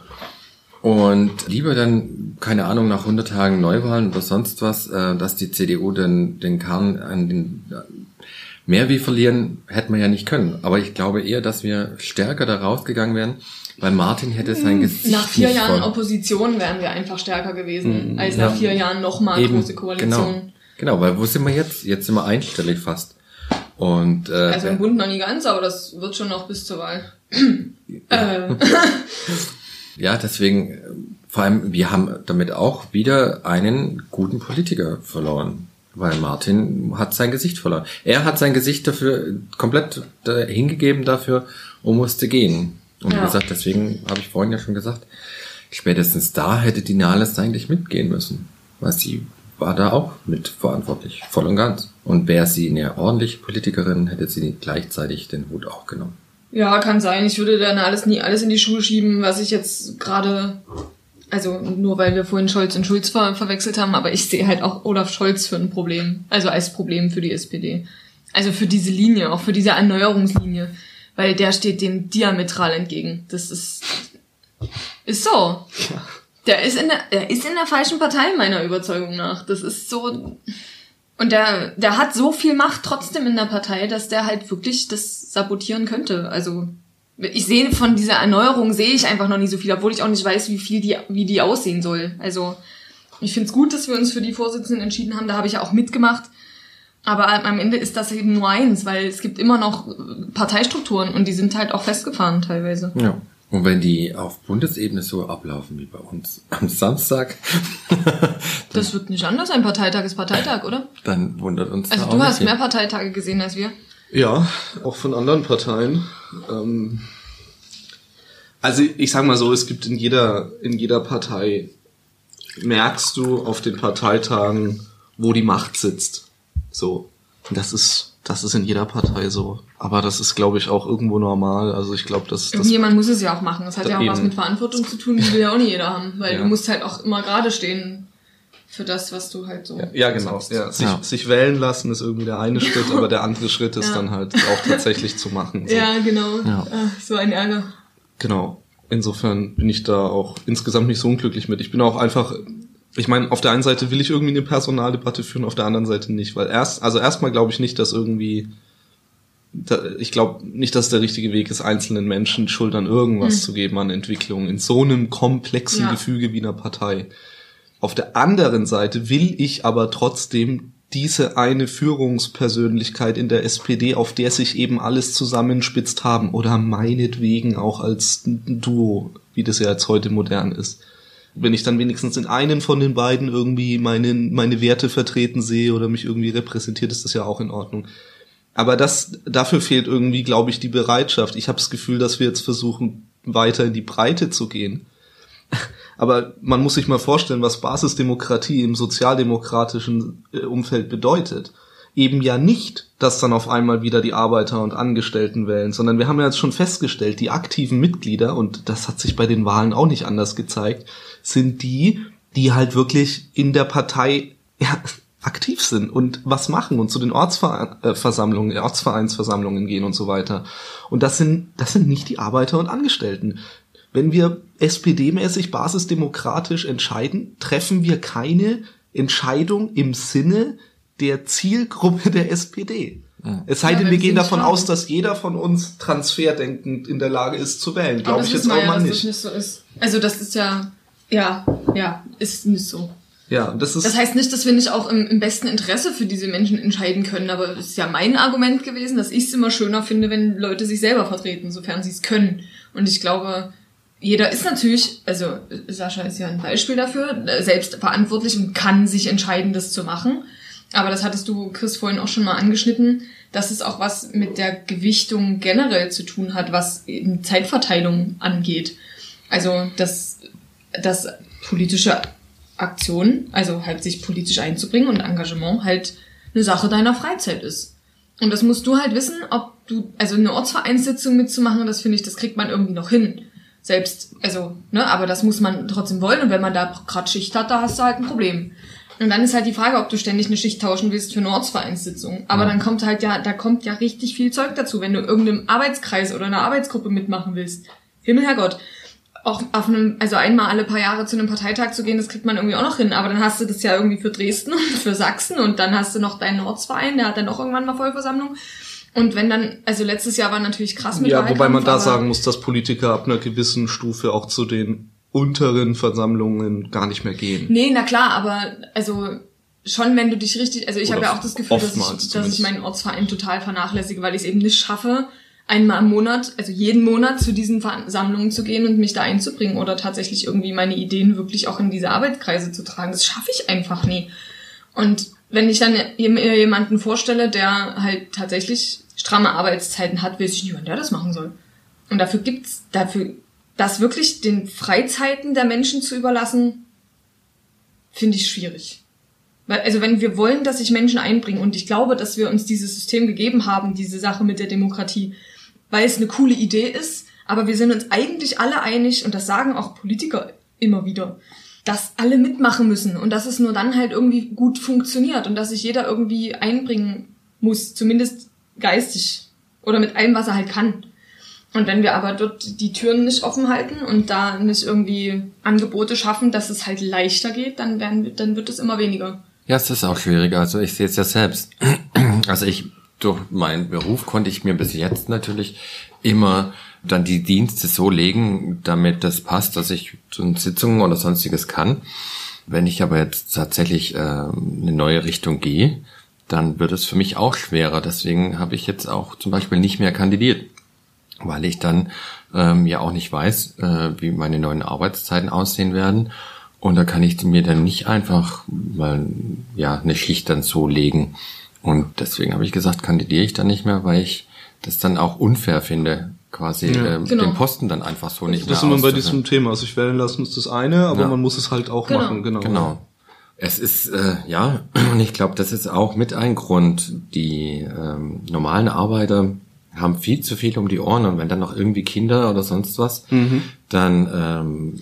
Und lieber dann, keine Ahnung, nach 100 Tagen Neuwahlen oder sonst was, dass die CDU den Kern an den mehr wie verlieren, hätten wir ja nicht können. Aber ich glaube eher, dass wir stärker da rausgegangen wären, weil Martin hätte sein Gesicht nach 4 Jahren voll. Opposition wären wir einfach stärker gewesen, als nach 4 Jahren nochmal große Koalition. Genau, weil wo sind wir jetzt? Jetzt sind wir einstellig fast. Und also im Bund noch nie ganz, aber das wird schon noch bis zur Wahl. Ja, deswegen, vor allem, wir haben damit auch wieder einen guten Politiker verloren, weil Martin hat sein Gesicht verloren. Er hat sein Gesicht dafür komplett hingegeben dafür und musste gehen. Und wie gesagt, deswegen habe ich vorhin ja schon gesagt, spätestens da hätte die Nahles eigentlich mitgehen müssen, weil sie war da auch mitverantwortlich, voll und ganz. Und wäre sie eine ordentliche Politikerin, hätte sie gleichzeitig den Hut auch genommen. Ja, kann sein. Ich würde dann nie alles in die Schuhe schieben, was ich jetzt gerade, also nur weil wir vorhin Scholz und Schulz verwechselt haben, aber ich sehe halt auch Olaf Scholz für ein Problem, also als Problem für die SPD. Also für diese Linie, auch für diese Erneuerungslinie, weil der steht dem diametral entgegen. Das ist so. Ja. Der ist in der falschen Partei, meiner Überzeugung nach. Das ist so... Und der hat so viel Macht trotzdem in der Partei, dass der halt wirklich das sabotieren könnte. Also ich sehe von dieser Erneuerung ich einfach noch nicht so viel, obwohl ich auch nicht weiß, wie die aussehen soll. Also ich finde es gut, dass wir uns für die Vorsitzenden entschieden haben. Da habe ich ja auch mitgemacht. Aber am Ende ist das eben nur eins, weil es gibt immer noch Parteistrukturen und die sind halt auch festgefahren teilweise. Ja. Und wenn die auf Bundesebene so ablaufen wie bei uns am Samstag... das wird nicht anders, ein Parteitag ist Parteitag, oder? Dann wundert uns also du hast mehr Parteitage gesehen als wir? Ja, auch von anderen Parteien. Also ich sag mal so, es gibt in jeder Partei, merkst du auf den Parteitagen, wo die Macht sitzt. So. Das ist in jeder Partei so. Aber das ist, glaube ich, auch irgendwo normal. Also ich glaube, irgendjemand muss es ja auch machen. Das hat ja auch was mit Verantwortung zu tun, die will ja auch nicht jeder haben. Weil du musst halt auch immer gerade stehen für das, was du halt so... Ja, genau. Sich wählen lassen ist irgendwie der eine Schritt, aber der andere Schritt ist dann halt auch tatsächlich zu machen. So. Ja, genau. Ja. So ein Ärger. Genau. Insofern bin ich da auch insgesamt nicht so unglücklich mit. Ich bin auch einfach... Ich meine, auf der einen Seite will ich irgendwie eine Personaldebatte führen, auf der anderen Seite nicht. Weil erstmal glaube ich nicht, dass ich glaube nicht, dass der richtige Weg ist, einzelnen Menschen Schuld an irgendwas zu geben an Entwicklung in so einem komplexen Gefüge wie einer Partei. Auf der anderen Seite will ich aber trotzdem diese eine Führungspersönlichkeit in der SPD, auf der sich eben alles zusammenspitzt haben, oder meinetwegen auch als Duo, wie das ja jetzt heute modern ist. Wenn ich dann wenigstens in einen von den beiden irgendwie meine Werte vertreten sehe oder mich irgendwie repräsentiert, ist das ja auch in Ordnung. Aber dafür fehlt irgendwie, glaube ich, die Bereitschaft. Ich habe das Gefühl, dass wir jetzt versuchen, weiter in die Breite zu gehen. Aber man muss sich mal vorstellen, was Basisdemokratie im sozialdemokratischen Umfeld bedeutet. Eben ja nicht, dass dann auf einmal wieder die Arbeiter und Angestellten wählen, sondern wir haben ja jetzt schon festgestellt, die aktiven Mitglieder, und das hat sich bei den Wahlen auch nicht anders gezeigt, sind die halt wirklich in der Partei aktiv sind und was machen und zu den Ortsvereinsversammlungen gehen und so weiter. Und das sind nicht die Arbeiter und Angestellten. Wenn wir SPD-mäßig basisdemokratisch entscheiden, treffen wir keine Entscheidung im Sinne der Zielgruppe der SPD. Es sei denn, wir gehen davon aus, dass jeder von uns transferdenkend in der Lage ist zu wählen. Glaube ich jetzt auch mal nicht. Das nicht so ist. Also das ist ist nicht so. Ja, das heißt nicht, dass wir nicht auch im besten Interesse für diese Menschen entscheiden können, aber es ist ja mein Argument gewesen, dass ich es immer schöner finde, wenn Leute sich selber vertreten, sofern sie es können. Und ich glaube, jeder ist natürlich, also Sascha ist ja ein Beispiel dafür, selbst verantwortlich und kann sich entscheiden, das zu machen. Aber das hattest du, Chris, vorhin auch schon mal angeschnitten, dass es auch was mit der Gewichtung generell zu tun hat, was eben Zeitverteilung angeht. Also, dass politische Aktion, also halt sich politisch einzubringen und Engagement halt eine Sache deiner Freizeit ist. Und das musst du halt wissen, also eine Ortsvereinssitzung mitzumachen, das finde ich, das kriegt man irgendwie noch hin. Selbst, aber das muss man trotzdem wollen, und wenn man da gerade Schicht hat, da hast du halt ein Problem. Und dann ist halt die Frage, ob du ständig eine Schicht tauschen willst für eine Ortsvereinssitzung. Aber dann kommt da kommt ja richtig viel Zeug dazu, wenn du irgendeinem Arbeitskreis oder einer Arbeitsgruppe mitmachen willst. Himmel, Herrgott. Auch einmal alle paar Jahre zu einem Parteitag zu gehen, das kriegt man irgendwie auch noch hin. Aber dann hast du das ja irgendwie für Dresden und für Sachsen, und dann hast du noch deinen Ortsverein, der hat dann auch irgendwann mal Vollversammlung. Und wenn dann, letztes Jahr war natürlich krass mit Wahlkampf. Ja, wobei man da sagen muss, dass Politiker ab einer gewissen Stufe auch zu den unteren Versammlungen gar nicht mehr gehen. Nee, na klar, aber schon, wenn du dich richtig, ich habe ja auch das Gefühl, dass ich meinen Ortsverein total vernachlässige, weil ich es eben nicht schaffe, einmal im Monat, also jeden Monat zu diesen Versammlungen zu gehen und mich da einzubringen oder tatsächlich irgendwie meine Ideen wirklich auch in diese Arbeitskreise zu tragen. Das schaffe ich einfach nie. Und wenn ich dann mir jemanden vorstelle, der halt tatsächlich stramme Arbeitszeiten hat, weiß ich nicht, wann der das machen soll. Und dafür das wirklich den Freizeiten der Menschen zu überlassen, finde ich schwierig. Weil, wenn wir wollen, dass sich Menschen einbringen, und ich glaube, dass wir uns dieses System gegeben haben, diese Sache mit der Demokratie, weil es eine coole Idee ist, aber wir sind uns eigentlich alle einig, und das sagen auch Politiker immer wieder, dass alle mitmachen müssen und dass es nur dann halt irgendwie gut funktioniert und dass sich jeder irgendwie einbringen muss, zumindest geistig oder mit allem, was er halt kann. Und wenn wir aber dort die Türen nicht offen halten und da nicht irgendwie Angebote schaffen, dass es halt leichter geht, dann wird es immer weniger. Ja, es ist auch schwieriger. Also ich sehe es ja selbst. Also durch meinen Beruf konnte ich mir bis jetzt natürlich immer dann die Dienste so legen, damit das passt, dass ich so Sitzungen oder sonstiges kann. Wenn ich aber jetzt tatsächlich eine neue Richtung gehe, dann wird es für mich auch schwerer. Deswegen habe ich jetzt auch zum Beispiel nicht mehr kandidiert, weil ich dann ja auch nicht weiß, wie meine neuen Arbeitszeiten aussehen werden. Und da kann ich mir dann nicht einfach mal eine Schicht dann so legen. Und deswegen habe ich gesagt, kandidiere ich dann nicht mehr, weil ich das dann auch unfair finde, quasi den Posten dann einfach so nicht mehr auszuführen. Das ist immer bei diesem Thema. Sich wählen lassen ist das eine, aber man muss es halt auch machen. Genau. Es ist, und ich glaube, das ist auch mit ein Grund. Die normalen Arbeiter haben viel zu viel um die Ohren und wenn dann noch irgendwie Kinder oder sonst was, dann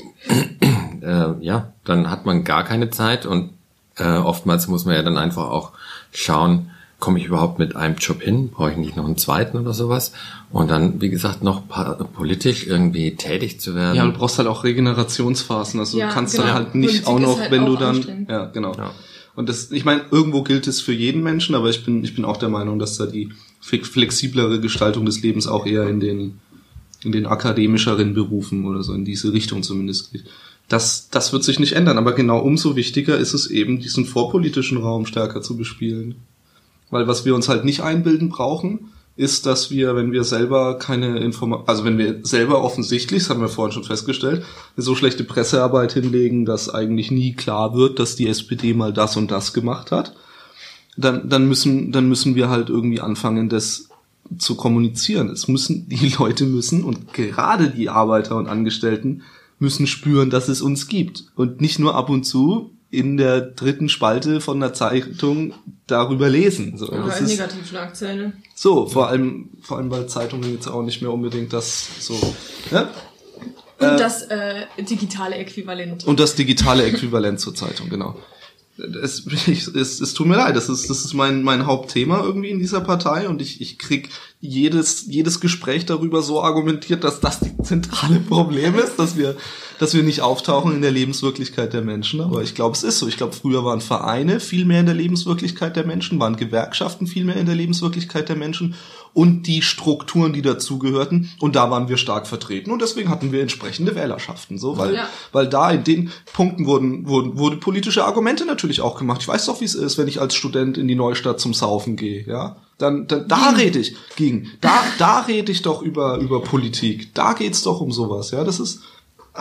dann hat man gar keine Zeit und oftmals muss man ja dann einfach auch schauen, komme ich überhaupt mit einem Job hin? Brauche ich nicht noch einen zweiten oder sowas? Und dann, wie gesagt, noch politisch irgendwie tätig zu werden. Ja, du brauchst halt auch Regenerationsphasen. Also du kannst dann halt nicht Politik auch noch, halt wenn auch du dann... Ja, genau. Ja. Und das, ich meine, irgendwo gilt es für jeden Menschen, aber ich bin auch der Meinung, dass da die flexiblere Gestaltung des Lebens auch eher in den akademischeren Berufen oder so in diese Richtung zumindest geht. Das wird sich nicht ändern, aber genau umso wichtiger ist es eben, diesen vorpolitischen Raum stärker zu bespielen. Weil was wir uns halt nicht einbilden brauchen, ist, dass wir, wenn wir selber wenn wir selber offensichtlich, das haben wir vorhin schon festgestellt, so schlechte Pressearbeit hinlegen, dass eigentlich nie klar wird, dass die SPD mal das und das gemacht hat, dann müssen wir halt irgendwie anfangen, das zu kommunizieren. Die Leute müssen, und gerade die Arbeiter und Angestellten, müssen spüren, dass es uns gibt. Und nicht nur ab und zu in der 3. Spalte von der Zeitung darüber lesen. So, ja, als Negativschlagzeile. So, vor allem bei Zeitungen jetzt auch nicht mehr unbedingt das so. Ne? Und das digitale Äquivalent. Und das digitale Äquivalent zur Zeitung, genau. Es tut mir leid, das ist mein Hauptthema irgendwie in dieser Partei und ich krieg jedes Gespräch darüber so argumentiert, dass das die zentrale Problem ist, dass wir nicht auftauchen in der Lebenswirklichkeit der Menschen, aber ich glaube, es ist so. Ich glaube, früher waren Vereine viel mehr in der Lebenswirklichkeit der Menschen, waren Gewerkschaften viel mehr in der Lebenswirklichkeit der Menschen und die Strukturen, die dazugehörten, und da waren wir stark vertreten und deswegen hatten wir entsprechende Wählerschaften, so, weil da in den Punkten wurde politische Argumente natürlich auch gemacht. Ich weiß doch, wie es ist, wenn ich als Student in die Neustadt zum Saufen gehe, ja. Dann da rede ich da rede ich doch über Politik. Da geht's doch um sowas, ja. Das ist,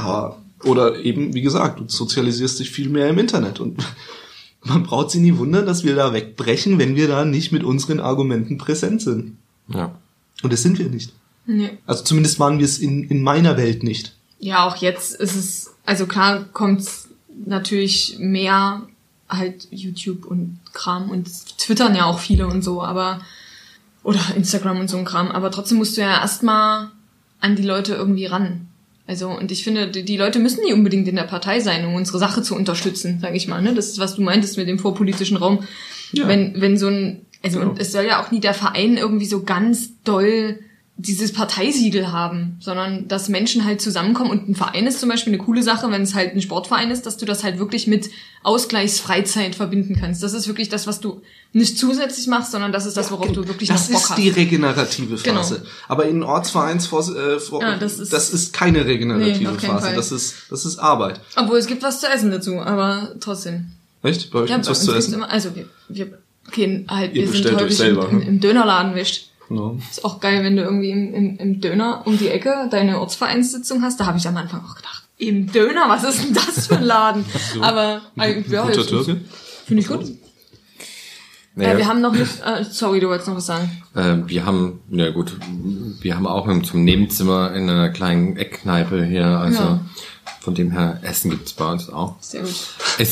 oder eben, wie gesagt, du sozialisierst dich viel mehr im Internet und man braucht sich nie wundern, dass wir da wegbrechen, wenn wir da nicht mit unseren Argumenten präsent sind. Ja. Und das sind wir nicht. Nee. Also zumindest waren wir es in meiner Welt nicht. Ja, auch jetzt ist es, also klar kommt's natürlich mehr halt YouTube und Kram und twittern ja auch viele und so, aber oder Instagram und so ein Kram, aber trotzdem musst du ja erstmal an die Leute irgendwie ran. Also, und ich finde, die Leute müssen nicht unbedingt in der Partei sein, um unsere Sache zu unterstützen, sage ich mal, ne? Das ist, was du meintest mit dem vorpolitischen Raum. Ja. Wenn so ein, also, genau. Und es soll ja auch nie der Verein irgendwie so ganz doll dieses Parteisiegel haben, sondern dass Menschen halt zusammenkommen und ein Verein ist zum Beispiel eine coole Sache, wenn es halt ein Sportverein ist, dass du das halt wirklich mit Ausgleichsfreizeit verbinden kannst. Das ist wirklich das, was du nicht zusätzlich machst, sondern das ist das, worauf du wirklich noch Bock hast. Das ist die regenerative Phase. Genau. Aber in Ortsvereins, das ist keine regenerative Phase. Das ist Arbeit. Obwohl es gibt was zu essen dazu, aber trotzdem. Echt? Bei euch gibt's was zu essen? Immer, also wir gehen halt, wir sind häufig im Dönerladen wischt. No. Ist auch geil, wenn du irgendwie im Döner um die Ecke deine Ortsvereinssitzung hast. Da habe ich am Anfang auch gedacht, im Döner, was ist denn das für ein Laden? So. Aber ja, guter Türke? Finde ich gut. Naja. Wir haben noch nicht, sorry, du wolltest noch was sagen. Wir haben auch zum Nebenzimmer in einer kleinen Eckkneipe hier, also von dem her Essen gibt's bei uns auch. Sehr gut. Es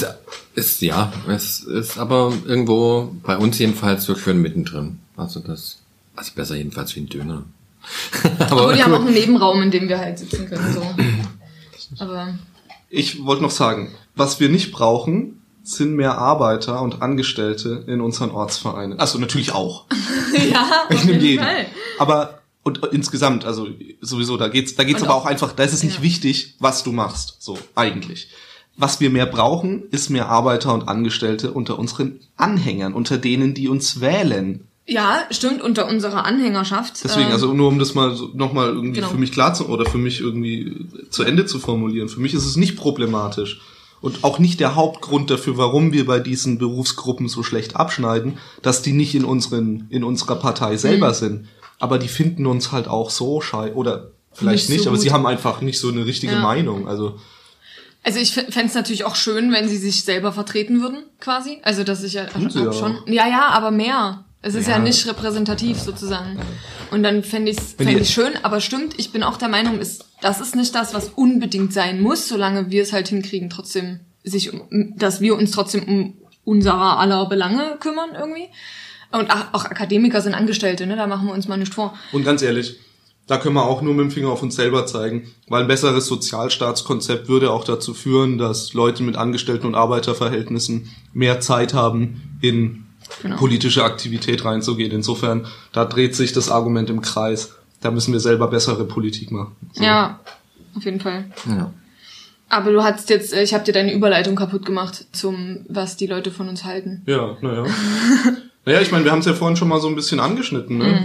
ist aber irgendwo bei uns jedenfalls so schön mittendrin. Also besser jedenfalls wie ein Döner. aber die haben auch einen Nebenraum, in dem wir halt sitzen können. So. Aber ich wollte noch sagen, was wir nicht brauchen, sind mehr Arbeiter und Angestellte in unseren Ortsvereinen. Also natürlich auch. Ja, ich nehme jeden. Fall. Aber und insgesamt, also sowieso, da geht's aber auch einfach, da ist es nicht wichtig, was du machst, so eigentlich. Was wir mehr brauchen, ist mehr Arbeiter und Angestellte unter unseren Anhängern, unter denen, die uns wählen. Ja, stimmt, unter unserer Anhängerschaft. Deswegen, also nur um das mal nochmal irgendwie für mich klar oder für mich irgendwie zu Ende zu formulieren. Für mich ist es nicht problematisch und auch nicht der Hauptgrund dafür, warum wir bei diesen Berufsgruppen so schlecht abschneiden, dass die nicht in unserer Partei selber sind. Aber die finden uns halt auch so oder vielleicht nicht, so aber sie haben einfach nicht so eine richtige Meinung. Also ich fänd's natürlich auch schön, wenn sie sich selber vertreten würden, quasi. Also dass ich schon. Ja, aber mehr. Es ist ja nicht repräsentativ sozusagen. Und dann fände ich schön, aber stimmt, ich bin auch der Meinung, das ist nicht das, was unbedingt sein muss, solange wir es halt hinkriegen, trotzdem dass wir uns trotzdem um unserer aller Belange kümmern irgendwie. Und auch Akademiker sind Angestellte, ne? Da machen wir uns mal nicht vor. Und ganz ehrlich, da können wir auch nur mit dem Finger auf uns selber zeigen, weil ein besseres Sozialstaatskonzept würde auch dazu führen, dass Leute mit Angestellten- und Arbeiterverhältnissen mehr Zeit haben, in politische Aktivität reinzugehen. Insofern, da dreht sich das Argument im Kreis. Da müssen wir selber bessere Politik machen. So. Ja, auf jeden Fall. Ja. Aber du hast jetzt, ich habe dir deine Überleitung kaputt gemacht zum, was die Leute von uns halten. Ja, naja. Naja, ich meine, wir haben es ja vorhin schon mal so ein bisschen angeschnitten. Ne?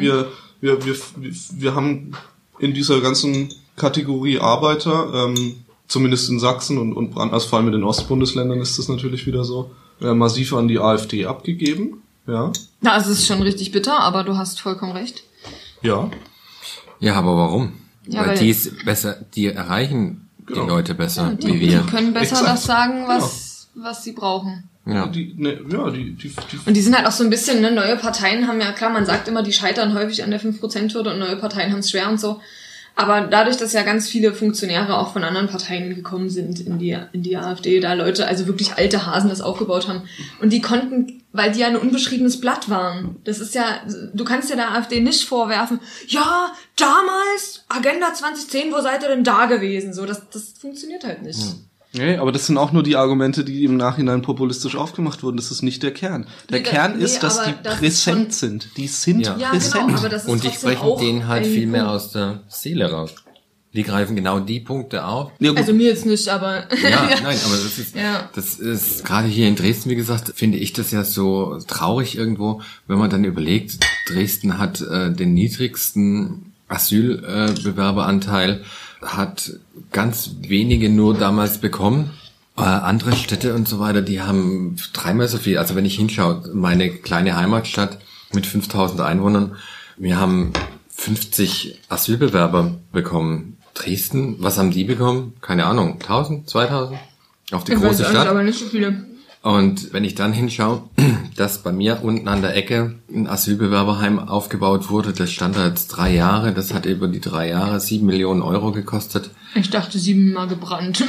Wir haben in dieser ganzen Kategorie Arbeiter, zumindest in Sachsen und also vor allem in den Ostbundesländern ist das natürlich wieder so, massiv an die AfD abgegeben. Ja. Na, es ist schon richtig bitter, aber du hast vollkommen recht. Ja. Ja, aber warum? Ja, weil die ist besser, die erreichen die Leute besser, ja, wie wir. Die können besser das sagen, was sie brauchen. Ja. Und die sind halt auch so ein bisschen, ne, neue Parteien haben ja, klar, man sagt immer, die scheitern häufig an der 5%-Hürde und neue Parteien haben es schwer und so. Aber dadurch, dass ja ganz viele Funktionäre auch von anderen Parteien gekommen sind in die AfD, da Leute, also wirklich alte Hasen das aufgebaut haben. Und die konnten, weil die ja ein unbeschriebenes Blatt waren. Das ist ja, du kannst ja der AfD nicht vorwerfen, ja, damals, Agenda 2010, wo seid ihr denn da gewesen? So, das funktioniert halt nicht. Nee, aber das sind auch nur die Argumente, die im Nachhinein populistisch aufgemacht wurden. Das ist nicht der Kern. Der Kern ist, dass die präsent sind. Die sind präsent. Genau, aber das ist und die sprechen denen halt viel mehr aus der Seele raus. Die greifen genau die Punkte auf. Ja, also mir jetzt nicht, aber... Ja, nein, aber das ist gerade hier in Dresden, wie gesagt, finde ich das ja so traurig irgendwo, wenn man dann überlegt, Dresden hat den niedrigsten Asylbewerberanteil, hat ganz wenige nur damals bekommen. Andere Städte und so weiter, die haben 3-mal so viel. Also wenn ich hinschaue, meine kleine Heimatstadt mit 5000 Einwohnern, wir haben 50 Asylbewerber bekommen. Dresden, was haben die bekommen? Keine Ahnung, 1000, 2000? Auf die große Stadt. Aber nicht so viele. Und wenn ich dann hinschaue, dass bei mir unten an der Ecke ein Asylbewerberheim aufgebaut wurde, das stand da jetzt 3 Jahre, das hat über die 3 Jahre 7 Millionen Euro gekostet. Ich dachte 7-mal gebrannt.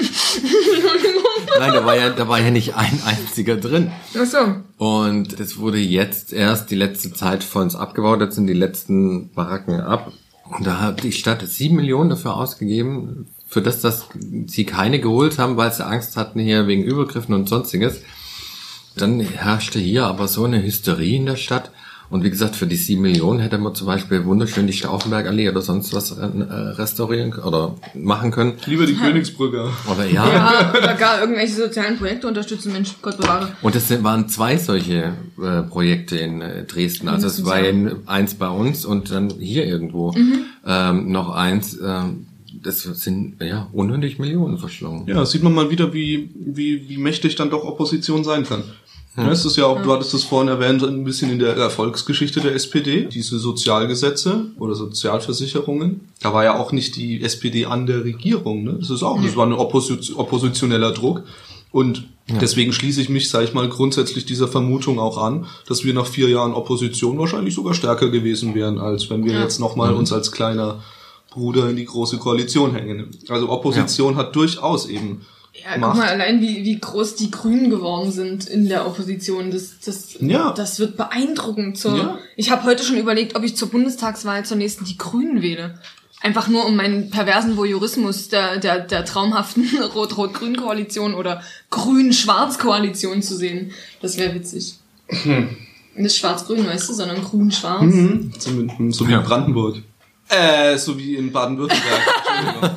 Nein, da war ja nicht ein einziger drin. Ach so. Und das wurde jetzt erst die letzte Zeit von uns abgebaut, jetzt sind die letzten Baracken ab. Und da hat die Stadt 7 Millionen dafür ausgegeben, für das, dass sie keine geholt haben, weil sie Angst hatten hier wegen Übergriffen und sonstiges. Dann herrschte hier aber so eine Hysterie in der Stadt. Und wie gesagt, für die 7 Millionen hätte man zum Beispiel wunderschön die Stauffenbergallee oder sonst was restaurieren oder machen können. Lieber die Königsbrücke. Oder oder gar irgendwelche sozialen Projekte unterstützen, Mensch, Gott bewahre. Und es waren 2 solche Projekte in Dresden. Also es war eins bei uns und dann hier irgendwo noch eins. Das sind unnötig Millionen verschlungen. Ja, sieht man mal wieder, wie mächtig dann doch Opposition sein kann. Ja, es ist ja auch, du hattest das vorhin erwähnt, ein bisschen in der Erfolgsgeschichte der SPD, diese Sozialgesetze oder Sozialversicherungen. Da war ja auch nicht die SPD an der Regierung, ne? Das war ein oppositioneller Druck. Und deswegen schließe ich mich, sage ich mal, grundsätzlich dieser Vermutung auch an, dass wir nach 4 Jahren Opposition wahrscheinlich sogar stärker gewesen wären, als wenn wir jetzt nochmal uns als kleiner Bruder in die große Koalition hängen. Also Opposition hat durchaus eben Macht. Guck mal, allein wie groß die Grünen geworden sind in der Opposition. Das wird beeindruckend. Ich habe heute schon überlegt, ob ich zur Bundestagswahl zur nächsten die Grünen wähle. Einfach nur um meinen perversen Voyeurismus der traumhaften Rot-Rot-Grün-Koalition oder Grün-Schwarz-Koalition zu sehen. Das wäre witzig. Nicht Schwarz-Grün, weißt du, sondern Grün-Schwarz. So wie in Brandenburg. So wie in Baden-Württemberg.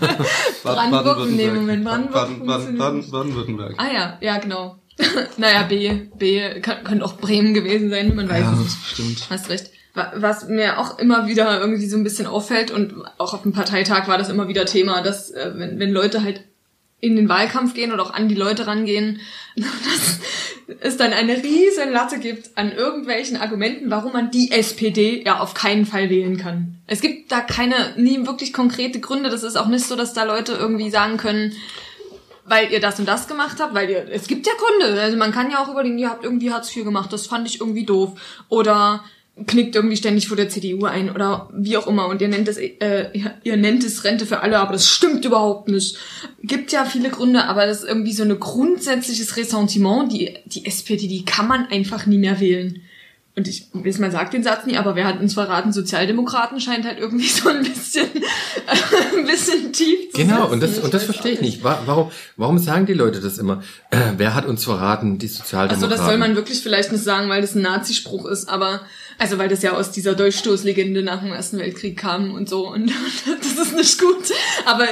Baden-Württemberg. Ah ja, genau. Naja, B könnte auch Bremen gewesen sein, man weiß es nicht. Stimmt. Hast recht. Was mir auch immer wieder irgendwie so ein bisschen auffällt und auch auf dem Parteitag war das immer wieder Thema, dass wenn Leute halt in den Wahlkampf gehen oder auch an die Leute rangehen, dass es dann eine riesen Latte gibt an irgendwelchen Argumenten, warum man die SPD ja auf keinen Fall wählen kann. Es gibt da nie wirklich konkrete Gründe. Das ist auch nicht so, dass da Leute irgendwie sagen können, weil ihr das und das gemacht habt, es gibt ja Gründe. Also man kann ja auch überlegen, ihr habt irgendwie Hartz IV gemacht, das fand ich irgendwie doof. Oder knickt irgendwie ständig vor der CDU ein oder wie auch immer und ihr nennt es Rente für alle, aber das stimmt überhaupt nicht. Gibt ja viele Gründe, aber das ist irgendwie so ein grundsätzliches Ressentiment, die SPD, die kann man einfach nie mehr wählen. Und man sagt den Satz nie, aber wer hat uns verraten? Sozialdemokraten scheint halt irgendwie so ein bisschen tief zu Genau, und das verstehe ich nicht. Warum sagen die Leute das immer? Wer hat uns verraten? Die Sozialdemokraten. Also das soll man wirklich vielleicht nicht sagen, weil das ein Nazispruch ist, aber also weil das ja aus dieser Dolchstoßlegende nach dem Ersten Weltkrieg kam und so und das ist nicht gut. Aber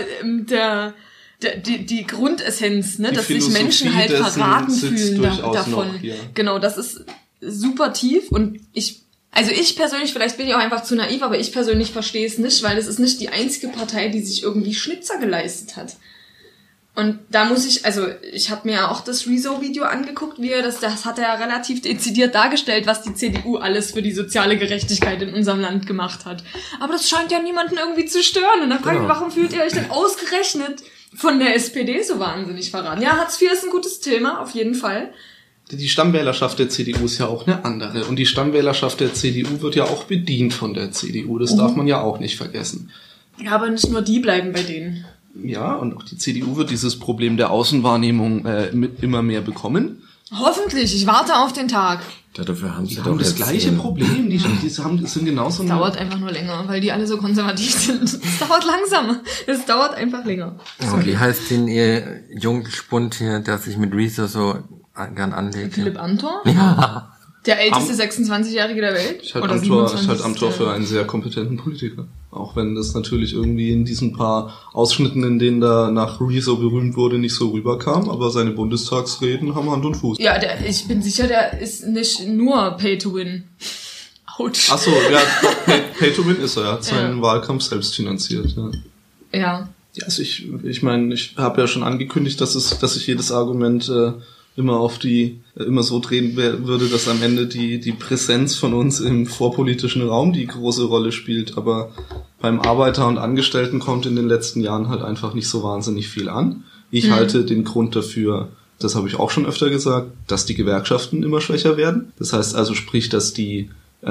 die Grundessenz, ne, dass sich Menschen halt verraten fühlen davon. Genau, das ist super tief und ich persönlich, vielleicht bin ich auch einfach zu naiv, aber ich persönlich verstehe es nicht, weil es ist nicht die einzige Partei, die sich irgendwie Schnitzer geleistet hat. Und da muss ich habe mir ja auch das Rezo-Video angeguckt, das hat er relativ dezidiert dargestellt, was die CDU alles für die soziale Gerechtigkeit in unserem Land gemacht hat. Aber das scheint ja niemanden irgendwie zu stören. Und dann frage ich mich, warum fühlt ihr euch denn ausgerechnet von der SPD so wahnsinnig verraten? Ja, Hartz IV ist ein gutes Thema, auf jeden Fall. Die Stammwählerschaft der CDU ist ja auch eine andere. Und die Stammwählerschaft der CDU wird ja auch bedient von der CDU. Das darf man ja auch nicht vergessen. Ja, aber nicht nur die bleiben bei denen. Ja, und auch die CDU wird dieses Problem der Außenwahrnehmung immer mehr bekommen. Hoffentlich, ich warte auf den Tag. Ja, dafür haben sie doch das gleiche Problem. Die sind genauso. Es dauert einfach nur länger, weil die alle so konservativ sind. Es dauert langsamer. Es dauert einfach länger. Oh, wie heißt denn ihr Jungspund hier, der sich mit Rezo so gern anlegt? Philipp Amthor? Ja. Der älteste 26-Jährige der Welt? Ich halte Amthor für einen sehr kompetenten Politiker. Auch wenn das natürlich irgendwie in diesen paar Ausschnitten, in denen da nach Rezo berühmt wurde, nicht so rüberkam. Aber seine Bundestagsreden haben Hand und Fuß. Ja, ich bin sicher, der ist nicht nur Pay to Win. Autsch. Ach so, ja, Pay to Win ist er. Er hat seinen Wahlkampf selbst finanziert. Ja. Ja. Also ich meine, ich habe ja schon angekündigt, dass ich jedes Argument immer so drehen würde, dass am Ende die Präsenz von uns im vorpolitischen Raum die große Rolle spielt. Aber beim Arbeiter und Angestellten kommt in den letzten Jahren halt einfach nicht so wahnsinnig viel an. Ich halte den Grund dafür, das habe ich auch schon öfter gesagt, dass die Gewerkschaften immer schwächer werden. Das heißt also, sprich, dass die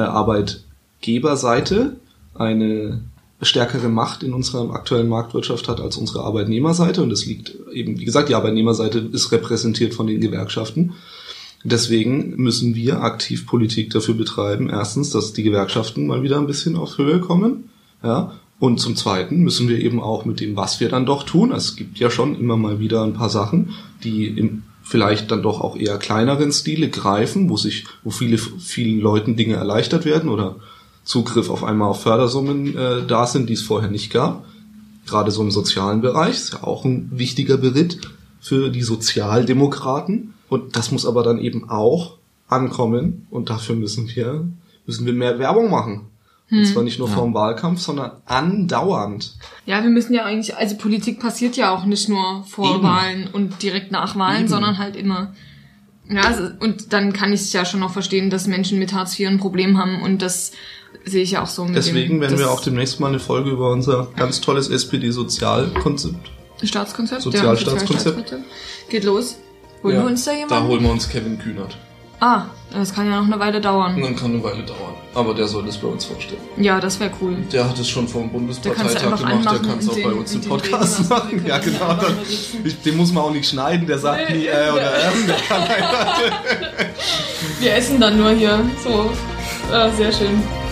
Arbeitgeberseite eine stärkere Macht in unserer aktuellen Marktwirtschaft hat als unsere Arbeitnehmerseite. Und das liegt eben, wie gesagt, die Arbeitnehmerseite ist repräsentiert von den Gewerkschaften. Deswegen müssen wir aktiv Politik dafür betreiben. Erstens, dass die Gewerkschaften mal wieder ein bisschen auf Höhe kommen. Ja. Und zum Zweiten müssen wir eben auch mit dem, was wir dann doch tun. Es gibt ja schon immer mal wieder ein paar Sachen, die im vielleicht dann doch auch eher kleineren Stile greifen, wo vielen Leuten Dinge erleichtert werden oder Zugriff auf einmal auf Fördersummen da sind, die es vorher nicht gab. Gerade so im sozialen Bereich ist ja auch ein wichtiger Beritt für die Sozialdemokraten. Und das muss aber dann eben auch ankommen. Und dafür müssen wir mehr Werbung machen. Und zwar nicht nur vor dem Wahlkampf, sondern andauernd. Ja, wir müssen ja eigentlich, also Politik passiert ja auch nicht nur vor Wahlen und direkt nach Wahlen, sondern halt immer. Ja, also, und dann kann ich es ja schon noch verstehen, dass Menschen mit Hartz IV ein Problem haben und das sehe ich ja auch so mit Deswegen werden wir auch demnächst mal eine Folge über unser ganz tolles SPD-Sozialkonzept. Staatskonzept? Sozialstaatskonzept. Ja, geht los. Holen wir uns da jemanden? Da holen wir uns Kevin Kühnert. Ah, das kann ja noch eine Weile dauern. Dann kann eine Weile dauern. Aber der soll das bei uns vorstellen. Ja, das wäre cool. Der hat es schon vor dem Bundesparteitag gemacht, der kann es auch bei uns im Podcast machen. Ja, genau. Den muss man auch nicht schneiden, der sagt nie oder der kann einfach. Wir essen dann nur hier. So, sehr schön.